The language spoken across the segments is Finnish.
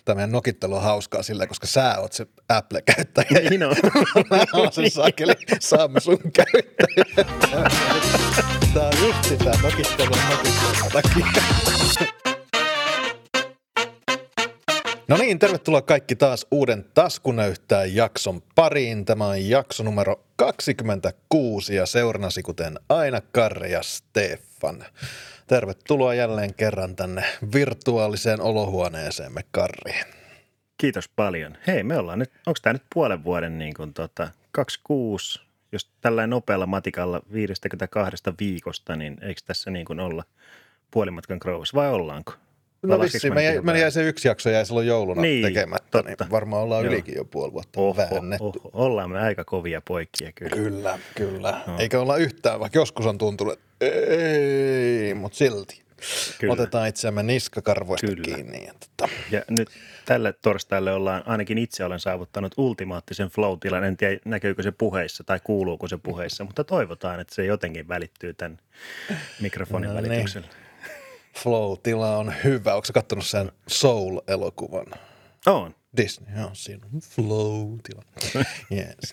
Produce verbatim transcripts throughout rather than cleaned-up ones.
tämä meidän nokittelu on hauskaa sillä, koska sä oot se Apple-käyttäjä. Niin on. Mä oon se sakeli, saamme sun käyttäjä. Tää on just sitä nokittelua nokittelua takia. No niin, tervetuloa kaikki taas uuden Taskunäyttää jakson pariin. Tämä on jakso numero kaksikymmentäkuusi ja seurannasi kuten aina Karri ja Stefan. Tervetuloa jälleen kerran tänne virtuaaliseen olohuoneeseemme, Karri. Kiitos paljon. Hei, me ollaan nyt, onko tämä nyt puolen vuoden niin kuin tota, kaksikymmentäkuusi, jos tällainen nopealla matikalla viisikymmentäkaksi viikosta, niin eikö tässä niin kuin olla puolimatkan krouvassa vai ollaanko? No vissiin, me, me jäi se yksi jakso jäi silloin jouluna niin, tekemättä, totta. Niin varmaan ollaan Joo. ylikin jo puoli vuotta Oho, väännetty. oho, ollaan me aika kovia poikia kyllä. Kyllä, kyllä. No. Eikä olla yhtään, vaikka joskus on tuntunut, että ei, mutta silti. Kyllä. Otetaan itseämme niskakarvoista Kyllä. kiinni. Ja, tota. Ja nyt tälle torstaille ollaan, ainakin itse olen saavuttanut ultimaattisen flow-tilan. En tiedä, näkyykö se puheissa tai kuuluuko se puheissa, mutta toivotaan, että se jotenkin välittyy tämän mikrofonin No välityksellä. niin. Flow-tila on hyvä. Oletko katsonut sen Soul-elokuvan? On. Disney, joo, siinä on flow-tila. Yes.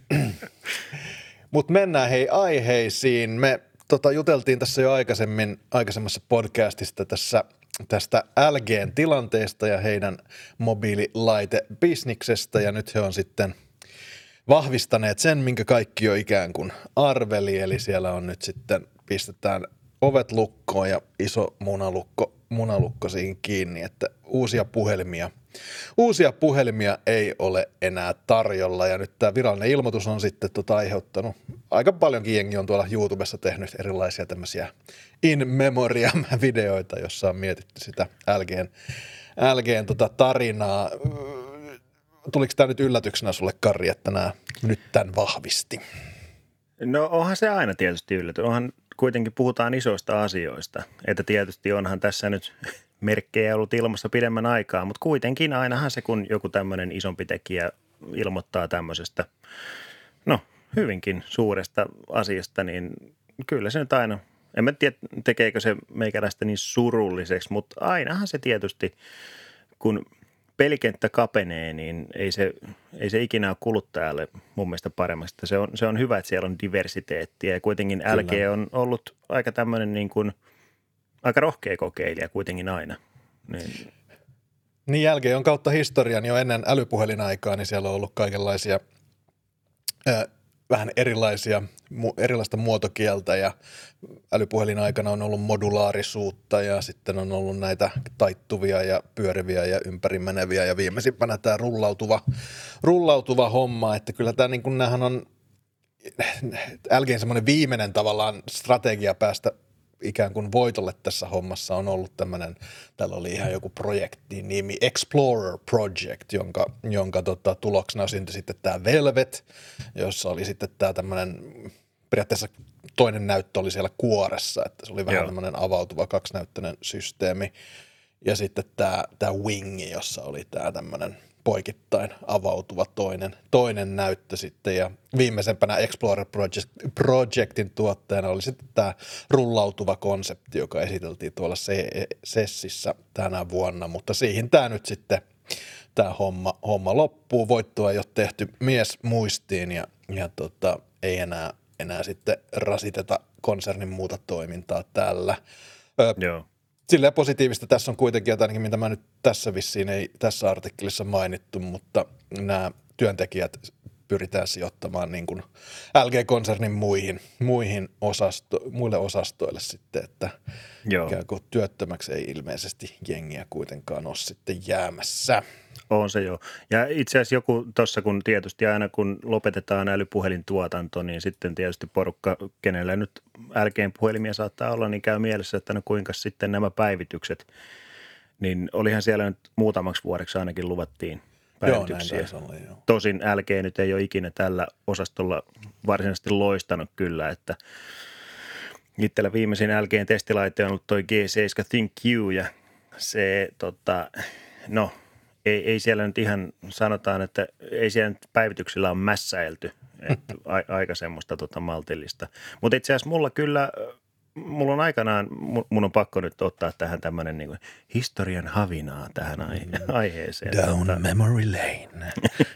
Mutta mennään hei aiheisiin. Me tota, juteltiin tässä jo aikaisemmin, aikaisemmassa podcastista tässä, tästä L G:n tilanteesta ja heidän mobiililaitebisniksestä, ja nyt he on sitten vahvistaneet sen, minkä kaikki jo ikään kuin arveli, eli siellä on nyt sitten, pistetään ovet lukkoon ja iso munalukko, munalukko siihen kiinni, että uusia puhelimia, uusia puhelimia ei ole enää tarjolla, ja nyt tämä virallinen ilmoitus on sitten tota aiheuttanut, aika paljonkin jengi on tuolla YouTubessa tehnyt erilaisia tämmöisiä in memoriam videoita, jossa on mietitty sitä L G:n, L G:n tota tarinaa. Tuliko tämä nyt yllätyksenä sulle, Karri, että nämä nyt tämän vahvisti? No onhan se aina tietysti yllätys. Onhan kuitenkin puhutaan isoista asioista. Että tietysti onhan tässä nyt merkkejä ollut ilmassa pidemmän aikaa, mutta kuitenkin ainahan se, kun joku tämmöinen isompi tekijä ilmoittaa tämmöisestä, no hyvinkin suuresta asiasta, niin kyllä se nyt aina, en mä tiedä tekeekö se meikäläistä niin surulliseksi, mutta ainahan se tietysti, kun pelikenttä kapenee, niin ei se, ei se ikinä ole kuluttajalle mun mielestä paremmaksi. Se on, se on hyvä, että siellä on diversiteettiä ja kuitenkin L G on ollut aika tämmöinen niin kuin, aika rohkea kokeilija kuitenkin aina. Niin. Niin L G on kautta historian jo ennen älypuhelinaikaa, niin siellä on ollut kaikenlaisia äh, vähän erilaisia, mu, erilaista muotokieltä ja älypuhelin aikana on ollut modulaarisuutta ja sitten on ollut näitä taittuvia ja pyöriviä ja ympärimeneviä ja viimeisimpänä tämä rullautuva, rullautuva homma, että kyllä tämä niin kuin nämähän on L G:n semmoinen viimeinen tavallaan strategia päästä ikään kuin voitolle tässä hommassa on ollut tämmöinen, täällä oli ihan joku projekti nimi Explorer Project, jonka, jonka tota, tuloksena syntyi sitten tämä Velvet, jossa oli sitten tämä tämmöinen, periaatteessa toinen näyttö oli siellä kuoressa, että se oli vähän Joo. tämmöinen avautuva kaksnäyttöinen systeemi, ja sitten tämä, tämä Wing, jossa oli tämä tämmöinen poikittain avautuva toinen, toinen näyttö sitten, ja viimeisempänä Explorer Project, Projectin tuotteena oli sitten tämä rullautuva konsepti, joka esiteltiin tuolla Sessissä tänä vuonna, mutta siihen tämä nyt sitten, tämä homma, homma loppuu, voittoa ei ole tehty mies muistiin, ja, ja tota, ei enää, enää sitten rasiteta konsernin muuta toimintaa tällä. Ö, Joo. Silleen positiivista tässä on kuitenkin, että ainakin mitä mä nyt tässä vissiin ei tässä artikkelissa mainittu, mutta nämä työntekijät pyritään sijoittamaan niin kuin L G-konsernin muihin, muihin osasto, muille osastoille sitten, että Joo. ikään kuin työttömäksi ei ilmeisesti jengiä kuitenkaan ole sitten jäämässä. On se joo. Ja itse asiassa joku tuossa, kun tietysti aina kun lopetetaan älypuhelintuotanto, niin sitten tietysti porukka, kenellä nyt L G:n puhelimia saattaa olla, niin käy mielessä, että no kuinka sitten nämä päivitykset, niin olihan siellä nyt muutamaksi vuodeksi ainakin luvattiin päivityksiä. Joo, näin olla, joo. Tosin L G nyt ei ole ikinä tällä osastolla varsinaisesti loistanut kyllä, että itsellä viimeisin L G:n testilaite on ollut toi G seitsemän ThinQ ja se tota, no ei, ei siellä nyt ihan sanotaan, että ei siellä nyt päivityksillä on mässäilty, että a, aika semmoista tota maltillista. Mutta itse asiassa mulla kyllä mulla on aikanaan, mun on pakko nyt ottaa tähän tämmöinen niin kuin historian havinaa tähän aihe- aiheeseen. Down Tota, memory lane.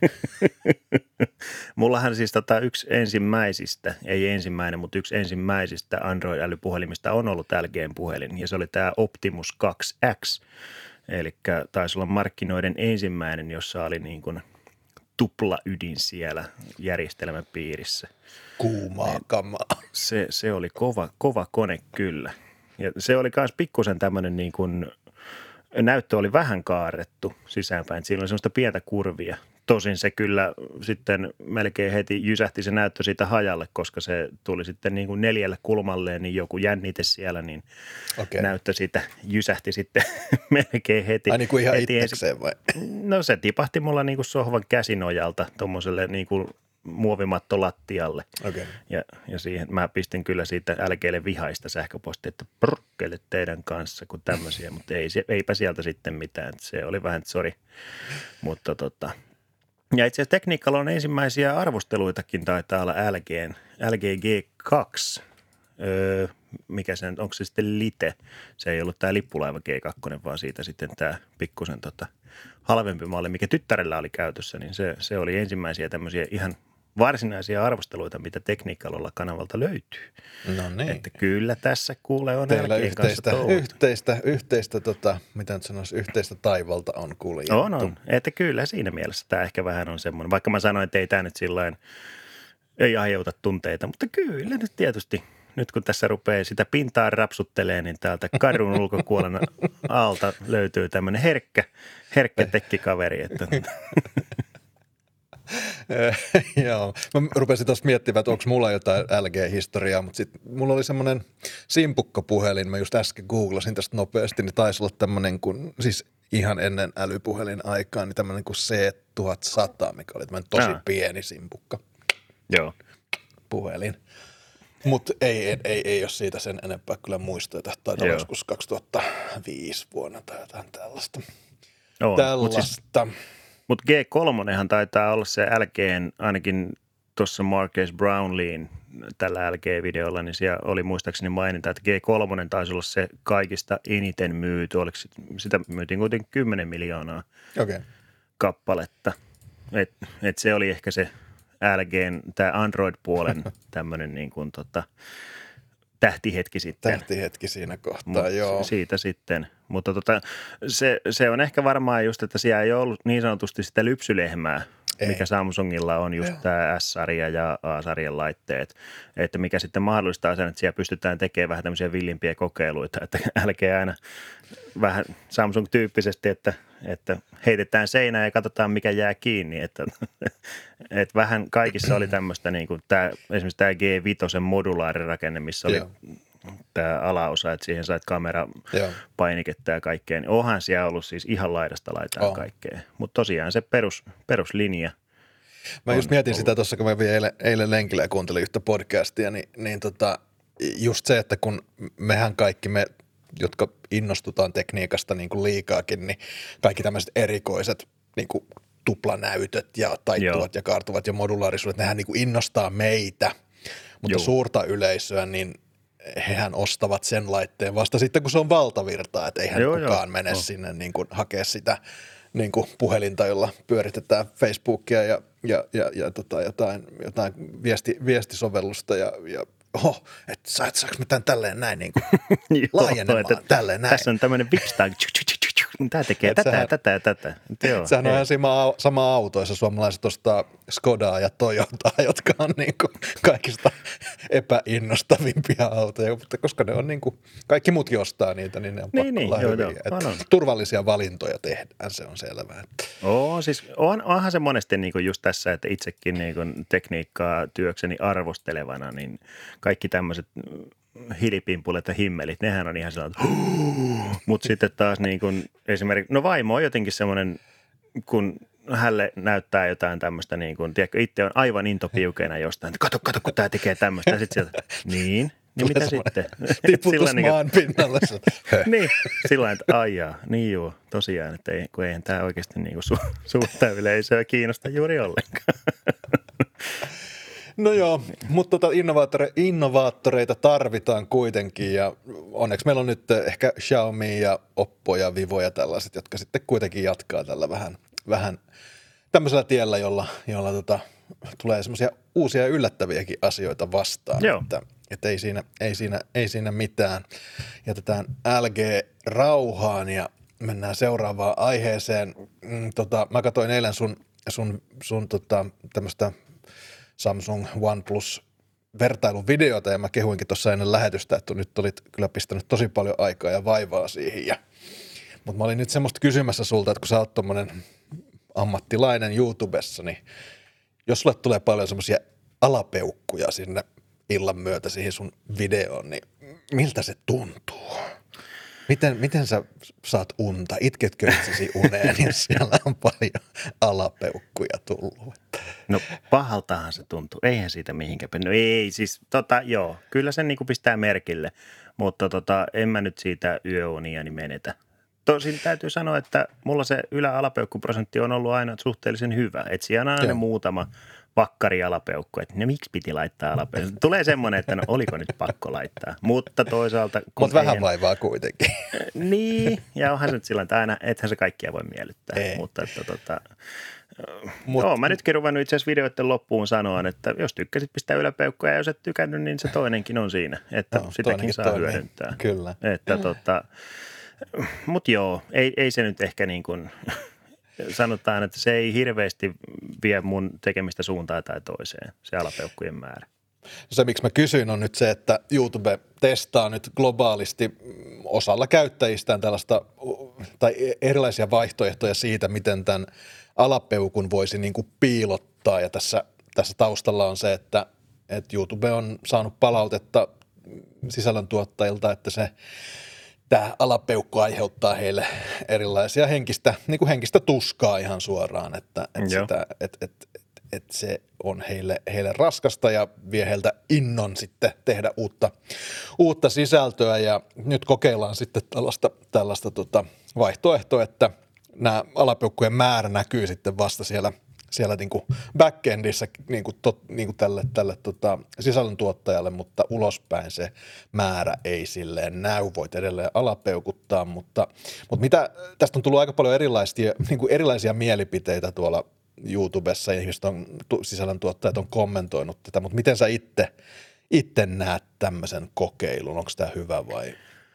mullahan siis tota yksi ensimmäisistä, ei ensimmäinen, mutta yksi ensimmäisistä Android-älypuhelimista on ollut L G:n puhelin ja se oli tämä Optimus kaksi X. Eli taisi olla markkinoiden ensimmäinen, jossa oli niin kuin tupla ydin siellä järjestelmän piirissä. Kuumaa kamaa. Se, se oli kova, kova kone kyllä. Ja se oli myös pikkusen tämmöinen niin kuin, näyttö oli vähän kaarrettu sisäänpäin. Siinä oli semmoista pientä kurvia. Tosin se kyllä sitten melkein heti jysähti se näyttö siitä hajalle, koska se tuli sitten niin kuin neljälle kulmalleen, niin joku jännite siellä, niin okay. näyttö siitä jysähti sitten melkein heti. Ai niin kuin ihan heti itsekseen vai? No se tipahti mulla niin kuin sohvan käsinojalta tuommoiselle niin kuin muovimatto lattialle. Okay. Ja, ja siihen mä pistin kyllä siitä L G:lle vihaista sähköpostia, että prkkele teidän kanssa kuin tämmöisiä, mutta ei, eipä sieltä sitten mitään. Se oli vähän sori, mutta tota. Ja itse asiassa Tekniikalla on ensimmäisiä arvosteluitakin taitaa olla L G:n, L G G kaksi. Öö, mikä se onko se sitten Lite? Se ei ollut tämä lippulaiva G kaksi, vaan siitä sitten tämä pikkusen tota halvempi malli, mikä tyttärellä oli käytössä, niin se, se oli ensimmäisiä tämmöisiä ihan varsinaisia arvosteluita, mitä Tekniikalla kanavalta löytyy. No niin. Että kyllä tässä kuulee on Teillä L G:n yhteistä, kanssa yhteistä, yhteistä, tota, mitä nyt sanoisi, yhteistä taivalta on kuljettu. On, on. Että kyllä siinä mielessä tämä ehkä vähän on semmoinen, vaikka mä sanoin, että ei tämä nyt sillain, ei aiheuta tunteita, mutta kyllä nyt tietysti. Nyt kun tässä rupeaa sitä pintaa rapsuttelee, niin täältä kadun ulkopuolella alta löytyy tämmöinen herkkä, herkkä tekkikaveri. Että. Joo, mä rupesin tuossa miettimään, että onko mulla jotain L G-historiaa, mutta sitten mulla oli semmoinen simpukkapuhelin, mä just äsken googlasin tästä nopeasti, niin taisi olla tämmöinen kuin, siis ihan ennen älypuhelin aikaa, niin tämmöinen kuin C tuhatsata, mikä oli tämmöinen tosi Aa. pieni simpukka. Joo. Puhelin. Mutta ei, ei, ei, ei ole siitä sen enempää kyllä muistoja. Taitaa olla joskus kaksituhattaviisi vuonna tai jotain tällaista. On, tällaista. Mutta siis, mut G kolme taitaa olla se L G:n, ainakin tuossa Marques Brownleen tällä L G-videolla, niin siellä oli muistaakseni maininta, että G kolme taisi olla se kaikista eniten myyty. Oliko sitä myytiin kuitenkin kymmenen miljoonaa okay. kappaletta. Et, et se oli ehkä se L G:n, tämä Android-puolen tämmöinen niin kuin tota, tähtihetki sitten. Tähtihetki siinä kohtaa, Mut joo. Siitä sitten. Mutta tota, se, se on ehkä varmaan just, että siellä ei ollut niin sanotusti sitä lypsylehmää, ei. Mikä Samsungilla on just tämä S-sarja ja A-sarjan laitteet, että mikä sitten mahdollistaa sen, että siellä pystytään tekemään vähän tämmöisiä villimpiä kokeiluita, että älkää aina vähän Samsung-tyyppisesti, että, että heitetään seinään ja katsotaan mikä jää kiinni, että, että vähän kaikissa oli tämmöistä niin kuin tämä, esimerkiksi tämä G viisi modulaarirakenne, missä oli Joo. tämä alaosa, että siihen sait kamerapainiketta ja kaikkea, niin onhan siellä ollut siis ihan laidasta laitaan oh. kaikkea, mutta tosiaan se perus, peruslinja. Mä just mietin ollut. sitä tuossa, kun mä vielä eilen, eilen lenkillä ja kuuntelin yhtä podcastia, niin, niin tota, just se, että kun mehän kaikki me, jotka innostutaan tekniikasta niin kuin liikaakin, niin kaikki tämmöiset erikoiset niin kuin tuplanäytöt ja taittuvat Joo. ja kaartuvat ja modulaarisuudet, nehän niin kuin innostaa meitä, mutta Joo. suurta yleisöä, niin hehän ostavat sen laitteen vasta sitten, kun se on valtavirtaa, että eihän joo, kukaan joo. mene oh. sinne niin kuin hakea sitä niin kuin puhelinta, jolla pyöritetään Facebookia ja, ja, ja, ja tota jotain, jotain viesti, viestisovellusta ja, ja oho, että saanko me tämän tälleen näin niin kuin laajenemaan että tälleen näin. Tässä on tämmöinen vipstag, tämä tekee tätä, sehän, tätä ja tätä. Joo, sehän on ihan sama, sama autoissa. Suomalaiset ostaa Skodaa ja Toyotaa, jotka on niin kuin kaikista epäinnostavimpia autoja, mutta koska ne on niin kuin, kaikki muutkin ostaa niitä, niin ne on niin, niin, joo, joo, on, on. Turvallisia valintoja tehdään, se on selvää. Oo, siis on, onhan se monesti niin kuin just tässä, että itsekin niin kuin tekniikkaa työkseni arvostelevana, niin kaikki tämmöiset hilipimpulet ja himmelit, nehän on ihan sellainen, mutta sitten taas niin kuin esimerkiksi, no vaimo on jotenkin semmoinen, kun hälle näyttää jotain tämmöistä, niin kuin, tiedätkö, itse on aivan intopiukeena jostain, että kato, kato, kun tämä tekee tämmöistä, ja sitten sieltä, niin, niin mitä sitten? Tiputus maan pinnalle. Niin, sillä että aijaa, niin joo, tosiaan, että ei, kun eihän tämä oikeasti niin kuin su, suurta yleisöä kiinnosta juuri ollenkaan. No joo, mutta tota innovaatore, innovaattoreita tarvitaan kuitenkin ja onneksi meillä on nyt ehkä Xiaomi ja Oppo ja Vivo ja tällaiset, jotka sitten kuitenkin jatkaa tällä vähän, vähän tämmöisellä tiellä, jolla, jolla tota, tulee semmoisia uusia yllättäviäkin asioita vastaan. Joo. Että, että ei, siinä, ei, siinä, ei siinä mitään. Jätetään L G rauhaan ja mennään seuraavaan aiheeseen. Mm, tota, mä katsoin eilen sun, sun, sun tota, tämmöistä Samsung OnePlus vertailuvideota ja mä kehuinkin tuossa ennen lähetystä, että nyt olit kyllä pistänyt tosi paljon aikaa ja vaivaa siihen. Ja, mutta mä olin nyt semmoista kysymässä sulta, että kun sä oot tommonen ammattilainen YouTubessa, niin jos sulle tulee paljon semmoisia alapeukkuja sinne illan myötä siihen sun videoon, niin miltä se tuntuu? Miten, miten sä saat unta? Itketkö itsesi uneen, jos siellä on paljon alapeukkuja tullut? No pahaltahan se tuntuu. Eihän siitä mihinkään. No ei, siis tota joo, kyllä sen niinku pistää merkille, mutta tota, en mä nyt siitä yöuniani menetä. Tosin täytyy sanoa, että mulla se ylä-alapeukkuprosentti on ollut aina suhteellisen hyvä. Et siellä on aina Joo. muutama vakkari alapeukku, että no miksi piti laittaa alapeukku? Tulee semmoinen, että no oliko nyt pakko laittaa, mutta toisaalta... Mutta vähän eihän... vaivaa kuitenkin. Niin, ja onhan se nyt sillä tavalla, että aina, ethän se kaikkia voi miellyttää, Ei. mutta että tota... Mut, Joo, mä nytkin ruvennut itse asiassa videoiden loppuun sanoa, että jos tykkäsit pistää yläpeukkuja ja jos et tykännyt, niin se toinenkin on siinä, että no, sitäkin saa toimii. hyödyntää. Kyllä. Että tota... Mutta joo, ei, ei se nyt ehkä niin kuin, sanotaan, että se ei hirveästi vie mun tekemistä suuntaan tai toiseen, se alapeukkujen määrä. Se, miksi mä kysyin, on nyt se, että YouTube testaa nyt globaalisti osalla käyttäjistään tällaista tai erilaisia vaihtoehtoja siitä, miten tämän alapeukun voisi niin kuin piilottaa. Ja tässä, tässä taustalla on se, että, että YouTube on saanut palautetta sisällöntuottajilta, että se tämä alapeukku aiheuttaa heille erilaisia henkistä, niin kuin henkistä tuskaa ihan suoraan, että, että, sitä, että, että, että se on heille, heille raskasta ja vie heiltä innon sitten tehdä uutta, uutta sisältöä. Ja nyt kokeillaan sitten tällaista, tällaista tota vaihtoehtoa, että nämä alapeukkujen määrä näkyy sitten vasta siellä siellä niin kuin backendissä niin kuin tot, niin kuin tälle, tälle tota sisällöntuottajalle, mutta ulospäin se määrä ei silleen näy. Voit edelleen alapeukuttaa, mutta, mutta mitä, tästä on tullut aika paljon erilaisia, niin kuin erilaisia mielipiteitä tuolla YouTubessa ja ihmiset on, sisällöntuottajat on kommentoinut tätä, mutta miten sä itse, itse näet tämmöisen kokeilun? Onko tämä hyvä vai?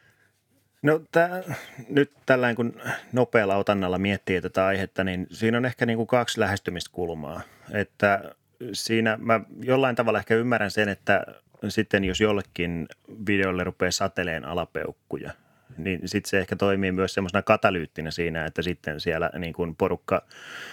No tää, nyt tällainen kun nopealla otannalla miettii tätä aihetta, niin siinä on ehkä niin kuin kaksi lähestymiskulmaa. Että siinä mä jollain tavalla ehkä ymmärrän sen, että sitten jos jollekin videolle rupeaa sateleen alapeukkuja, niin sitten se ehkä toimii myös semmoisena katalyyttinä siinä, että sitten siellä niin kuin porukka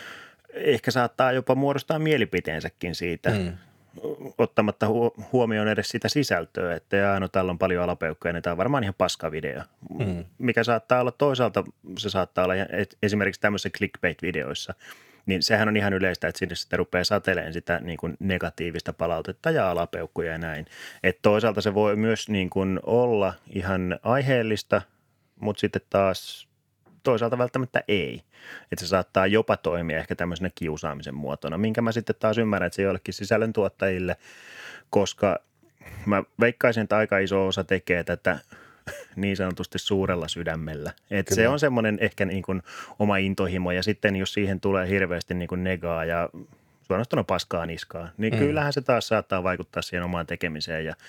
ehkä saattaa jopa muodostaa mielipiteensäkin siitä. Mm. Ottamatta huomioon edes sitä sisältöä, että jaa, no täällä on paljon alapeukkoja, niin tämä on varmaan ihan paska video. Mm. Mikä saattaa olla toisaalta, se saattaa olla esimerkiksi tämmöisissä clickbait-videoissa, niin sehän on ihan yleistä, että sinne sitten rupeaa sateleen sitä niin kuin negatiivista palautetta ja alapeukkuja ja näin. Että toisaalta se voi myös niin kuin olla ihan aiheellista, mutta sitten taas toisaalta välttämättä ei. Että se saattaa jopa toimia ehkä tämmöisenä kiusaamisen muotona, minkä mä sitten taas ymmärrän, että se jollekin sisällöntuottajille, koska mä veikkaisin, että aika iso osa tekee tätä niin sanotusti suurella sydämellä. Että se on semmoinen ehkä niin kuin oma intohimo ja sitten jos siihen tulee hirveästi niin kuin negaa ja suorastaan paskaa niskaa, niin mm. kyllähän se taas saattaa vaikuttaa siihen omaan tekemiseen. Ja,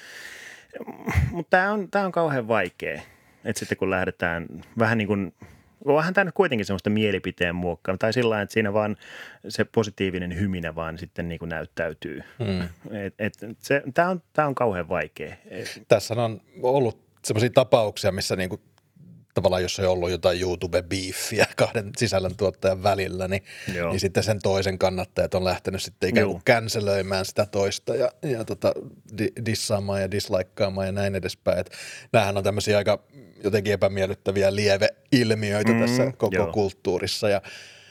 mutta tämä on, tämä on kauhean vaikea, että sitten kun lähdetään vähän niin kuin onhan tämä nyt kuitenkin semmoista mielipiteen muokkaa, tai sillä lailla, että siinä vaan se positiivinen hyminä vaan sitten niin kuin näyttäytyy. Mm. Et, et se, tämä on, tämä on kauhean vaikea. Et. Tässä on ollut semmoisia tapauksia, missä niin kuin, tavallaan jos on ollut jotain YouTube-beefiä kahden sisällöntuottajan välillä, niin, niin sitten sen toisen kannattajat on lähtenyt sitten ikään kuin cancelöimään sitä toista ja, ja tota, di, dissaamaan ja dislaikkaamaan ja näin edespäin. Et näähän on tämmöisiä aika jotenkin epämiellyttäviä lieveilmiöitä mm, tässä koko joo. kulttuurissa ja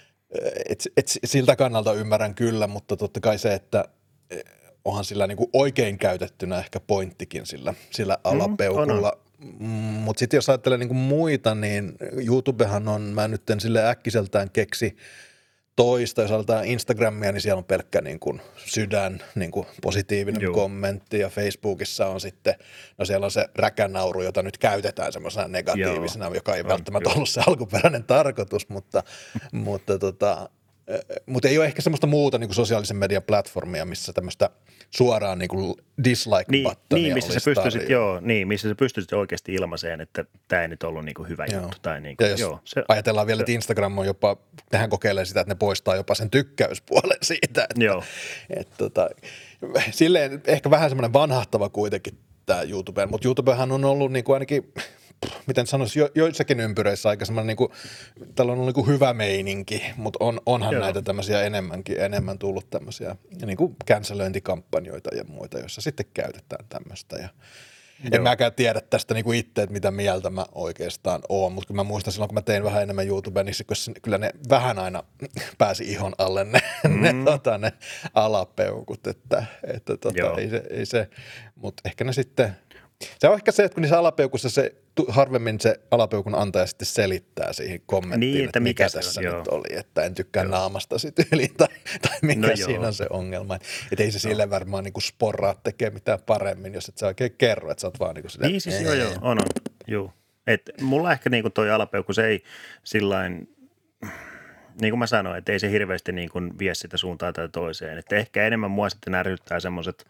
et, et, siltä kannalta ymmärrän kyllä, mutta totta kai se, että onhan sillä niin kuin oikein käytettynä ehkä pointtikin sillä, sillä alapeukulla. Mm, mutta sitten jos ajattelee niin kuin muita, niin YouTubehan on, mä nyt en sille äkkiseltään keksi toista. Jos aletaan Instagramia, niin siellä on pelkkä niin kuin sydän, niin kuin positiivinen Joo. kommentti, ja Facebookissa on sitten, no siellä on se räkänauru, jota nyt käytetään semmoisena negatiivisena, Joo. joka ei on, välttämättä jo. ollut se alkuperäinen tarkoitus, mutta, mutta tota, mutta ei ole ehkä semmoista muuta niin kuin sosiaalisen median platformia, missä tämmöistä suoraan niin kuin dislike-buttonia niin, niin, missä olisi sä pystyisit, joo, niin, missä sä pystyisit oikeasti ilmaiseen, että tämä ei nyt ollut niin kuin hyvä joo. juttu. Tai niin kuin, ja jos joo, se, ajatellaan vielä, se, että Instagram on jopa, tehän kokeilee sitä, että ne poistaa jopa sen tykkäyspuolen siitä. Että, joo. Että, tota, silleen ehkä vähän semmoinen vanhahtava kuitenkin tämä YouTube, mutta YouTubehan on ollut niin kuin ainakin, miten sanoisi, jo, joissakin ympyröissä aika semmoinen, niin kuin, tällä on ollut niin kuin hyvä meininki, mutta on, onhan Joo. näitä tämmöisiä enemmänkin, enemmän tullut tämmöisiä niin kuin cancelöintikampanjoita ja muita, joissa sitten käytetään tämmöistä. Ja en mäkään tiedä tästä niin kuin itse, että mitä mieltä mä oikeastaan oon, mutta mä muistan silloin, kun mä tein vähän enemmän YouTubea, niin kyllä ne vähän aina pääsi ihon alle ne, mm. ne, tota, ne alapeukut, että, että tota, ei se, ei se mutta ehkä ne sitten. Se on ehkä se, että kun niissä alapeukussa se, harvemmin se alapeukun antaja sitten selittää siihen kommenttiin, niin, että mikä, mikä tässä on, nyt joo. oli, että en tykkää joo. naamasta sitten yli tai, tai mikä no siinä joo. on se ongelma. Että ei se no. sille varmaan niin kuin sporraa tekee mitään paremmin, jos et sä oikein kerro, että sä oot vaan niin kuin sitä. Niin siis joo, joo, on, on, joo. Että mulla ehkä niin kuin toi alapeukku, se ei sillain, niin kuin mä sanoin, että ei se hirveästi niin kuin vie sitä suuntaan tai toiseen. Että ehkä enemmän mua sitten ärsyttää semmoiset,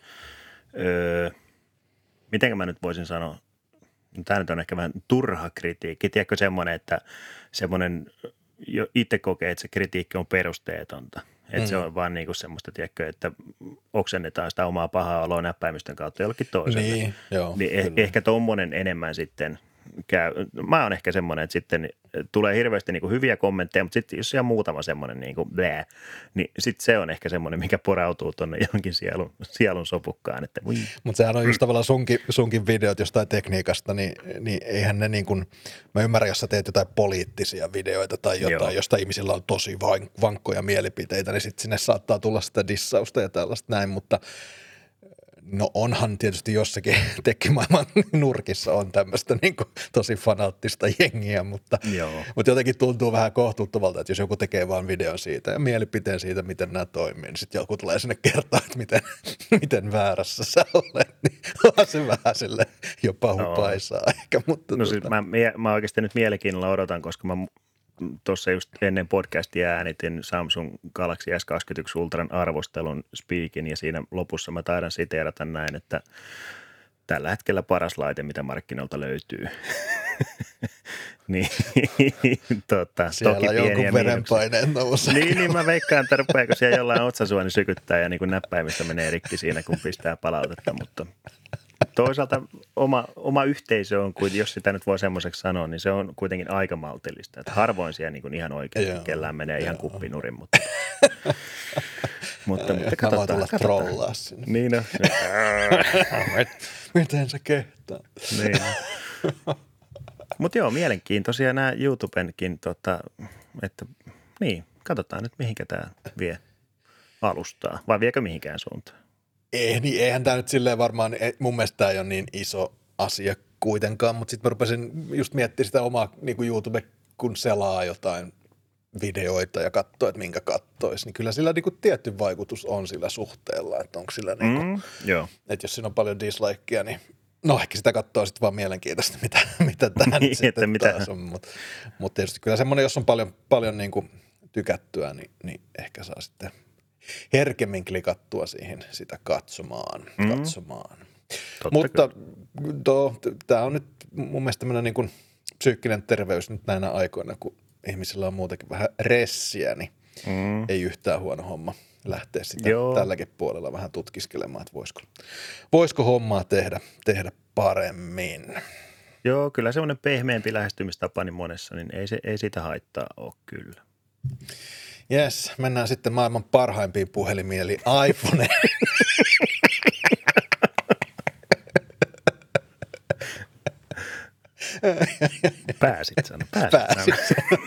öö, mitenkä mä nyt voisin sanoa, tämä nyt on ehkä vähän turha kritiikki. Tiedätkö semmoinen, että semmoinen jo itse kokee, että se kritiikki on perusteetonta. Että mm. se on vaan niinku semmoista, tiedätkö, että oksennetaan sitä omaa pahaa oloa näppäimistön kautta jollekin toiselle. Niin, joo, niin eh- ehkä tommonen enemmän sitten käy. Mä oon ehkä semmoinen, että sitten tulee hirveästi niinku hyviä kommentteja, mutta sitten jos siellä on muutama semmoinen niinku blää, niin sitten se on ehkä semmoinen, mikä porautuu tuonne johonkin sielun, sielun sopukkaan. Mutta sehän on just tavallaan sunkin, sunkin videot jostain tekniikasta, niin, niin eihän ne niin kuin, mä ymmärrän, jos sä teet jotain poliittisia videoita tai jotain, Joo. josta ihmisillä on tosi vankkoja mielipiteitä, niin sitten sinne saattaa tulla sitä dissausta ja tällaista näin, mutta no onhan tietysti jossakin tekkimaailman nurkissa on tämmöistä niin kuin tosi fanaattista jengiä, mutta, mutta jotenkin tuntuu vähän kohtuuttomalta, että jos joku tekee vaan videon siitä ja mielipiteen siitä, miten nämä toimii, niin sitten joku tulee sinne kertoa, että miten, miten väärässä sä olet, niin on se vähän sille jopa hupaisaa no. ehkä. Mutta no tuota. siis mä, mä oikeasti nyt mielenkiinnolla odotan, koska mä tuossa just ennen podcastia äänitin Samsung Galaxy S kaksikymmentäyksi Ultran arvostelun speakin ja siinä lopussa mä taidan siteerata näin, että tällä hetkellä paras laite, mitä markkinoilta löytyy. niin, tota, siellä toki jonkun verenpaineen nousee. niin, niin mä veikkaan, että rupeako siellä jollain otsasuoni sykyttää ja niin kuin näppäimistä menee rikki siinä, kun pistää palautetta, mutta toisaalta oma, oma yhteisö on, jos sitä nyt voi semmoiseksi sanoa, niin se on kuitenkin aika maltillista. Että harvoin siellä niin kuin ihan oikeasti joo, kellään menee joo. ihan kuppinurin, mutta, mutta, mutta katsotaan. Mä voin tulla trollaa sinne. Niin on. Miten sä kehtaa? Niin. Mutta joo, mielenkiintoisia nämä YouTubenkin, tota, että niin, katsotaan nyt mihinkä tämä vie alustaa, vai viekö mihinkään suuntaan? Ei, niin eihän tämä nyt silleen varmaan, mun mielestä tämä ei ole niin iso asia kuitenkaan, mutta sitten mä rupesin just miettimään sitä omaa niin kuin YouTube, kun selaa jotain videoita ja katsoo, että minkä kattoisi, niin kyllä sillä niin kuin tietty vaikutus on sillä suhteella, että onko sillä niin kuin, mm, joo. että jos siinä on paljon dislikeja, niin no ehkä sitä katsoo sitten vaan mielenkiintoista, mitä, mitä tämä niin, sitten mitä? taas on, mutta mut tietysti kyllä semmoinen, jos on paljon, paljon niin kuin tykättyä, niin, niin ehkä saa sitten herkemmin klikattua siihen sitä katsomaan. Mm. katsomaan. Mutta tämä on nyt mun mielestä tämmöinen niin kuin psyykkinen terveys nyt näinä aikoina, kun ihmisillä on muutenkin vähän ressiä, niin mm. ei yhtään huono homma lähteä sitä Joo. tälläkin puolella vähän tutkiskelemaan, että voisiko, voisiko hommaa tehdä, tehdä paremmin. Joo, kyllä semmoinen pehmeämpi lähestymistapa niin monessa, niin ei, se, ei sitä haittaa ole kyllä. Jes, mennään sitten maailman parhaimpiin puhelimiin, eli iPhone. Pääsit sanoa. Pääsit, Pääsit sanoa.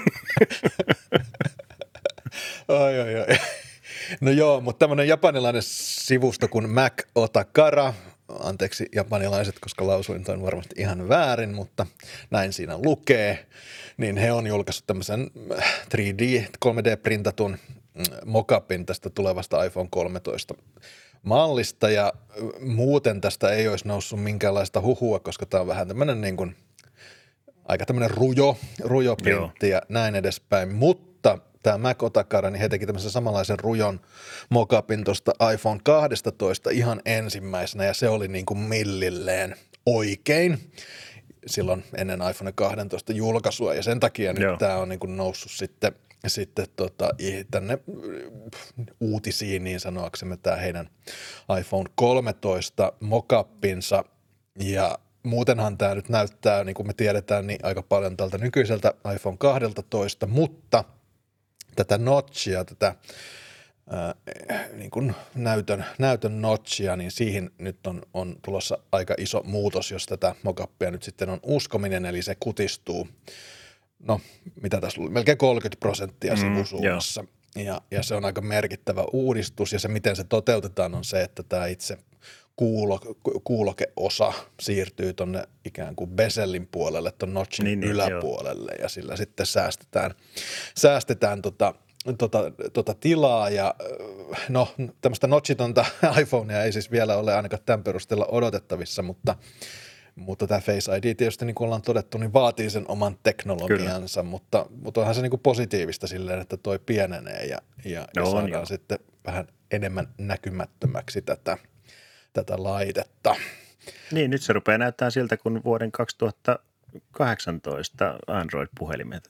oi, oi, oi. No joo, mutta tämmöinen japanilainen sivusto kuin Mac Otakara, anteeksi japanilaiset, koska lausuin toin varmasti ihan väärin, mutta näin siinä lukee, niin he on julkaissut tämmöisen kolme D, kolme D-printatun mockupin tästä tulevasta iPhone kolmetoista mallista ja muuten tästä ei olisi noussut minkäänlaista huhua, koska tämä on vähän tämmöinen niin kuin aika tämmöinen rujo, rujo printti ja näin edespäin, mutta tämä Mac Otakara, niin he teki tämmöisen samanlaisen rujon mockupin tuosta iPhone kaksitoista ihan ensimmäisenä ja se oli niin kuin millilleen oikein silloin ennen iPhone kaksitoista julkaisua ja sen takia nyt Joo. tämä on niin kuin noussut sitten, sitten tota, tänne uutisiin niin sanoaksemme tämä heidän iPhone kolmetoista mockupinsa ja muutenhan tämä nyt näyttää, niin kuin me tiedetään, niin aika paljon tältä nykyiseltä iPhone kaksitoista, mutta tätä notchia, tätä ää, niin kuin näytön, näytön notchia, niin siihen nyt on, on tulossa aika iso muutos, jos tätä mockupia nyt sitten on uskominen, eli se kutistuu, no mitä tässä oli, melkein kolmekymmentä prosenttia sivusuunnassa. Mm, ja, ja se on aika merkittävä uudistus, ja se miten se toteutetaan on se, että tämä itse kuulo, kuulokeosa siirtyy tuonne ikään kuin bezelin puolelle, tuon notchin niin, yläpuolelle niin, ja sillä sitten säästetään, säästetään tota, tota, tota tilaa ja no tämmöistä notchitonta iPhonea ei siis vielä ole ainakaan tämän perusteella odotettavissa, mutta mutta tämä Face I D tietysti, niin kuin ollaan todettu, niin vaatii sen oman teknologiansa, mutta, mutta onhan se niin kuin positiivista silleen, että toi pienenee ja, ja, no, ja saadaan jo. sitten vähän enemmän näkymättömäksi tätä tätä laitetta. Niin, nyt se rupeaa näyttää siltä kuin vuoden kaksituhattakahdeksantoista Android-puhelimet.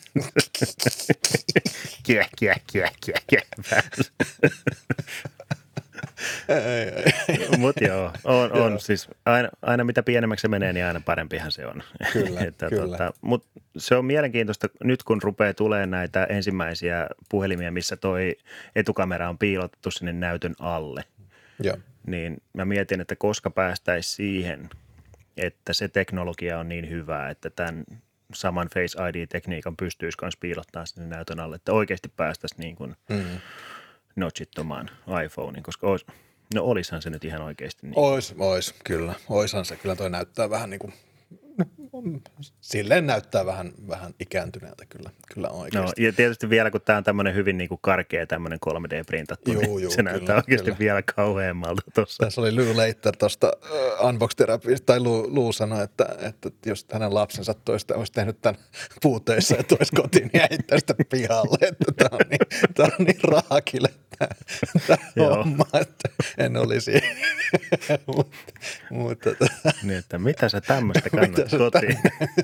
Kiä, kiä, kiä, kiä, kiä. Mutta joo, on, on joo. Siis aina, aina mitä pienemmäksi se menee, niin aina parempihan se on. Kyllä, että, kyllä. Tota, mutta se on mielenkiintoista, nyt kun rupeaa tulemaan näitä ensimmäisiä puhelimia, missä toi etukamera on piilotettu sinne näytön alle. Joo. Niin mä mietin, että koska päästäisiin siihen, että se teknologia on niin hyvä, että tämän saman Face I D-tekniikan pystyisi myös piilottamaan sinne näytön alle, että oikeasti päästäisiin niin kuin mm. notchittomaan iPhoneen, koska olis, no olishan se nyt ihan oikeasti niin. Ois, ois, kyllä. Oishan se. Kyllä toi näyttää vähän niin kuin, silleen näyttää vähän, vähän ikääntyneeltä kyllä, kyllä oikeasti. No, ja tietysti vielä, kun tämä on tämmöinen hyvin niin kuin karkea tämmöinen kolme D-printattu, juu, niin juu, se kyllä, näyttää oikeasti kyllä. vielä kauheammalta tuossa. Tässä oli Lou Later tuosta uh, Unbox Therapysta, tai Lou, Lou sanoi, että, että jos hänen lapsensa toista olisi tehnyt tämän puutöissä ja toisi kotiin, niin ei tästä pihalle, että tämä on niin, tämä on niin raakille tämä homma, että en olisi. mutta, mutta, niin, että mitä sä tämmöistä kannat kotiin?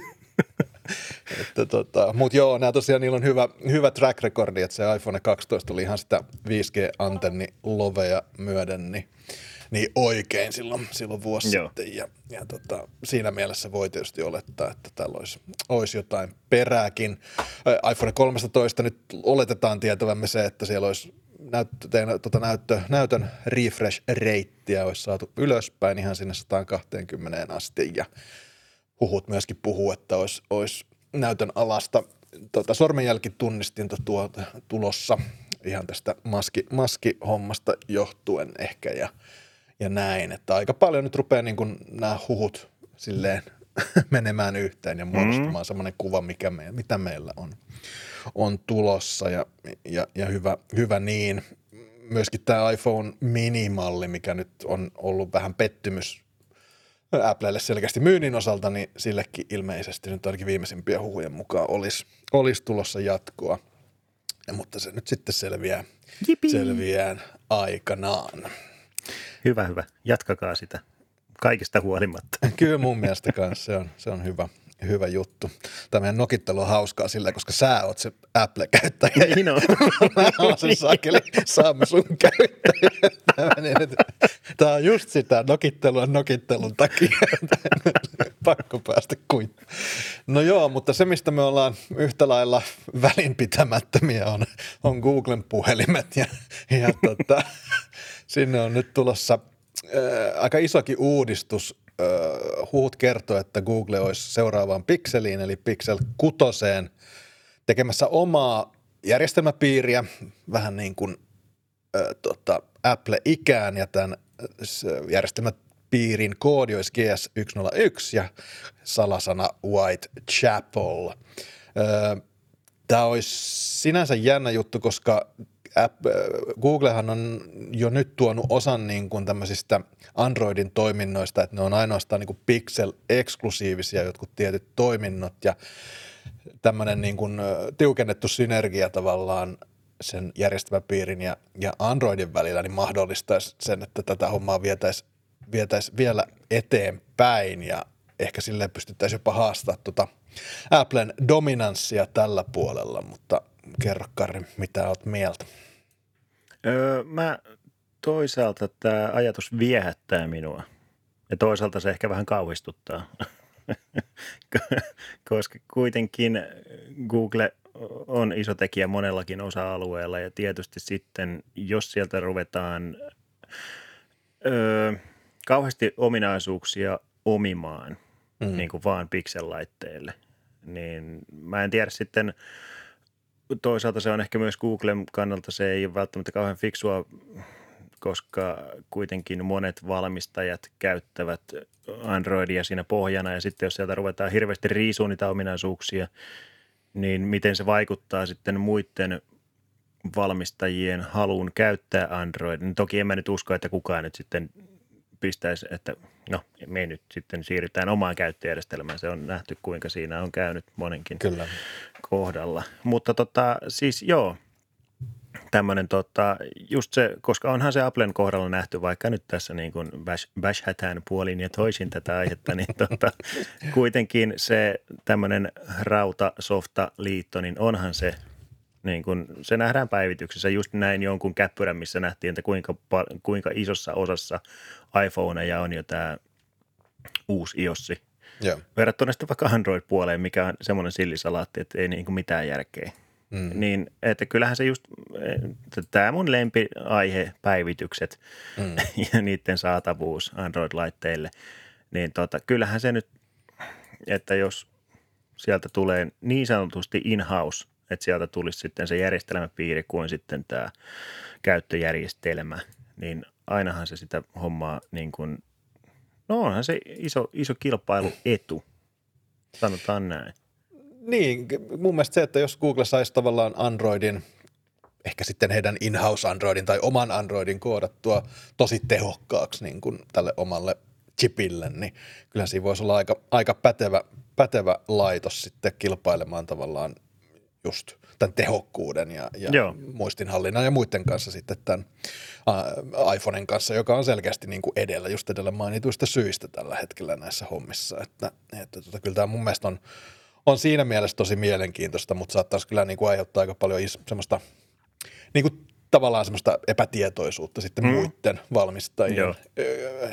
että tota, mutta joo, nämä tosiaan niillä on hyvä, hyvä track recordi, että se iPhone kaksitoista oli ihan sitä viisi G-antenni loveja myöden, niin, niin oikein silloin, silloin vuosi joo. sitten. Ja, ja tota, siinä mielessä voi tietysti olettaa, että täällä olisi, olisi jotain perääkin. iPhone kolmetoista nyt oletetaan tietävämme se, että siellä olisi näyttö, tota näyttö, näytön refresh-reittiä olisi saatu ylöspäin ihan sinne sata kaksikymmentä asti ja huhut myöskin puhuu, että olisi, olisi näytön alasta tota, sormenjälkitunnistinta tuota, tulossa ihan tästä maski, maskihommasta johtuen ehkä ja, ja näin, että aika paljon nyt rupeaa niin kuin nämä huhut silleen menemään yhteen ja muodostumaan mm. semmoinen kuva, mikä me, mitä meillä on, on tulossa ja, ja, ja hyvä, hyvä niin. Myöskin tämä iPhone mini-malli, mikä nyt on ollut vähän pettymys Applelle selkeästi myynnin osalta, niin sillekin ilmeisesti nyt ainakin viimeisimpien huhujen mukaan olisi, olisi tulossa jatkoa, ja, mutta se nyt sitten selviää, selviää aikanaan. Hyvä, hyvä. Jatkakaa sitä kaikista huolimatta. Kyllä mun mielestä kanssa se on, se on hyvä. Hyvä juttu. Tämä meidän nokittelu on hauskaa sillä, koska sä oot se Apple-käyttäjä. Niin on. Mä oon se sakeli Samsung-käyttäjä. Tämä on just sitä nokittelua nokittelun takia. Pakko päästä kuitenkin. No joo, mutta se, mistä me ollaan yhtä lailla välinpitämättömiä, on, on Googlen puhelimet. Ja, ja tota, sinne on nyt tulossa ää, aika isokin uudistus. Huhut kertoo, että Google olisi seuraavaan Pixeliin, eli Pixel kutoseen, tekemässä omaa järjestelmäpiiriä, vähän niin kuin äh, tota, Apple ikään, ja tämän järjestelmäpiirin koodi olisi G S yksi nolla yksi ja salasana Whitechapel. Äh, Tämä olisi sinänsä jännä juttu, koska App, Googlehan on jo nyt tuonut osan niin kuin tämmöisistä Androidin toiminnoista, että ne on ainoastaan niin kuin Pixel-eksklusiivisia jotkut tietyt toiminnot ja tämmöinen niin kuin tiukennettu synergia tavallaan sen järjestelmäpiirin ja, ja Androidin välillä niin mahdollistaisi sen, että tätä hommaa vietäisiin vietäisi vielä eteenpäin ja ehkä silleen pystyttäisiin jopa haastamaan tuota Applen dominanssia tällä puolella, mutta kerro Karri, mitä olet mieltä? Öö, mä toisaalta tämä ajatus viehättää minua ja toisaalta se ehkä vähän kauhistuttaa, koska kuitenkin Google on iso tekijä monellakin osa-alueella ja tietysti sitten, jos sieltä ruvetaan öö, kauheasti ominaisuuksia omimaan, mm. niin kuin vaan Pixel-laitteille, niin mä en tiedä sitten, toisaalta se on ehkä myös Googlen kannalta, se ei ole välttämättä kauhean fiksua, koska kuitenkin monet valmistajat käyttävät Androidia siinä pohjana ja sitten jos sieltä ruvetaan hirveästi riisua niitä ominaisuuksia, niin miten se vaikuttaa sitten muiden valmistajien haluun käyttää Android. Niin toki en mä nyt usko, että kukaan nyt sitten pistäisi, että no me nyt sitten siirrytään omaan käyttöjärjestelmään. Se on nähty, kuinka siinä on käynyt monenkin Kyllä. kohdalla. Mutta tota, siis joo, tämmöinen tota, just se, koska onhan se Applen kohdalla nähty, vaikka nyt tässä niin kuin bashhätään puolin ja toisin tätä aihetta, niin tota, kuitenkin se tämmöinen rauta-softa-liitto, niin onhan se, niin kuin, se nähdään päivityksessä just näin jonkun käppyrän, missä nähtiin, että kuinka, kuinka isossa osassa iPhoneja on jo tämä uusi iOS. Yeah. Verrattuna sitten vaikka Android-puoleen, mikä on semmoinen sillisalaatti, että ei niin kuin mitään järkeä. Mm. Niin, että kyllähän se just, tämä mun lempiaihe, päivitykset mm. ja niiden saatavuus Android-laitteille, niin tota, kyllähän se nyt, että jos sieltä tulee niin sanotusti in-house, että sieltä tulisi sitten se järjestelmäpiiri kuin sitten tämä käyttöjärjestelmä, niin ainahan se sitä hommaa niin kuin, no onhan se iso, iso kilpailuetu, sanotaan näin. Niin, mun mielestä se, että jos Google saisi tavallaan Androidin, ehkä sitten heidän in-house Androidin tai oman Androidin koodattua tosi tehokkaaksi niin kuin tälle omalle chipille, niin kyllähän siinä voisi olla aika, aika pätevä, pätevä laitos sitten kilpailemaan tavallaan just tämän tehokkuuden ja, ja muistinhallinnan ja muiden kanssa sitten tämän uh, iPhonen kanssa, joka on selkeästi niin kuin edellä, just edellä mainituista syistä tällä hetkellä näissä hommissa. Että, että tota, kyllä tämä mun mielestä on On siinä mielessä tosi mielenkiintoista, mutta saattaisi kyllä niin kuin aiheuttaa aika paljon is- semmoista niin kuin tavallaan semmoista epätietoisuutta sitten mm. muiden valmistajien öö,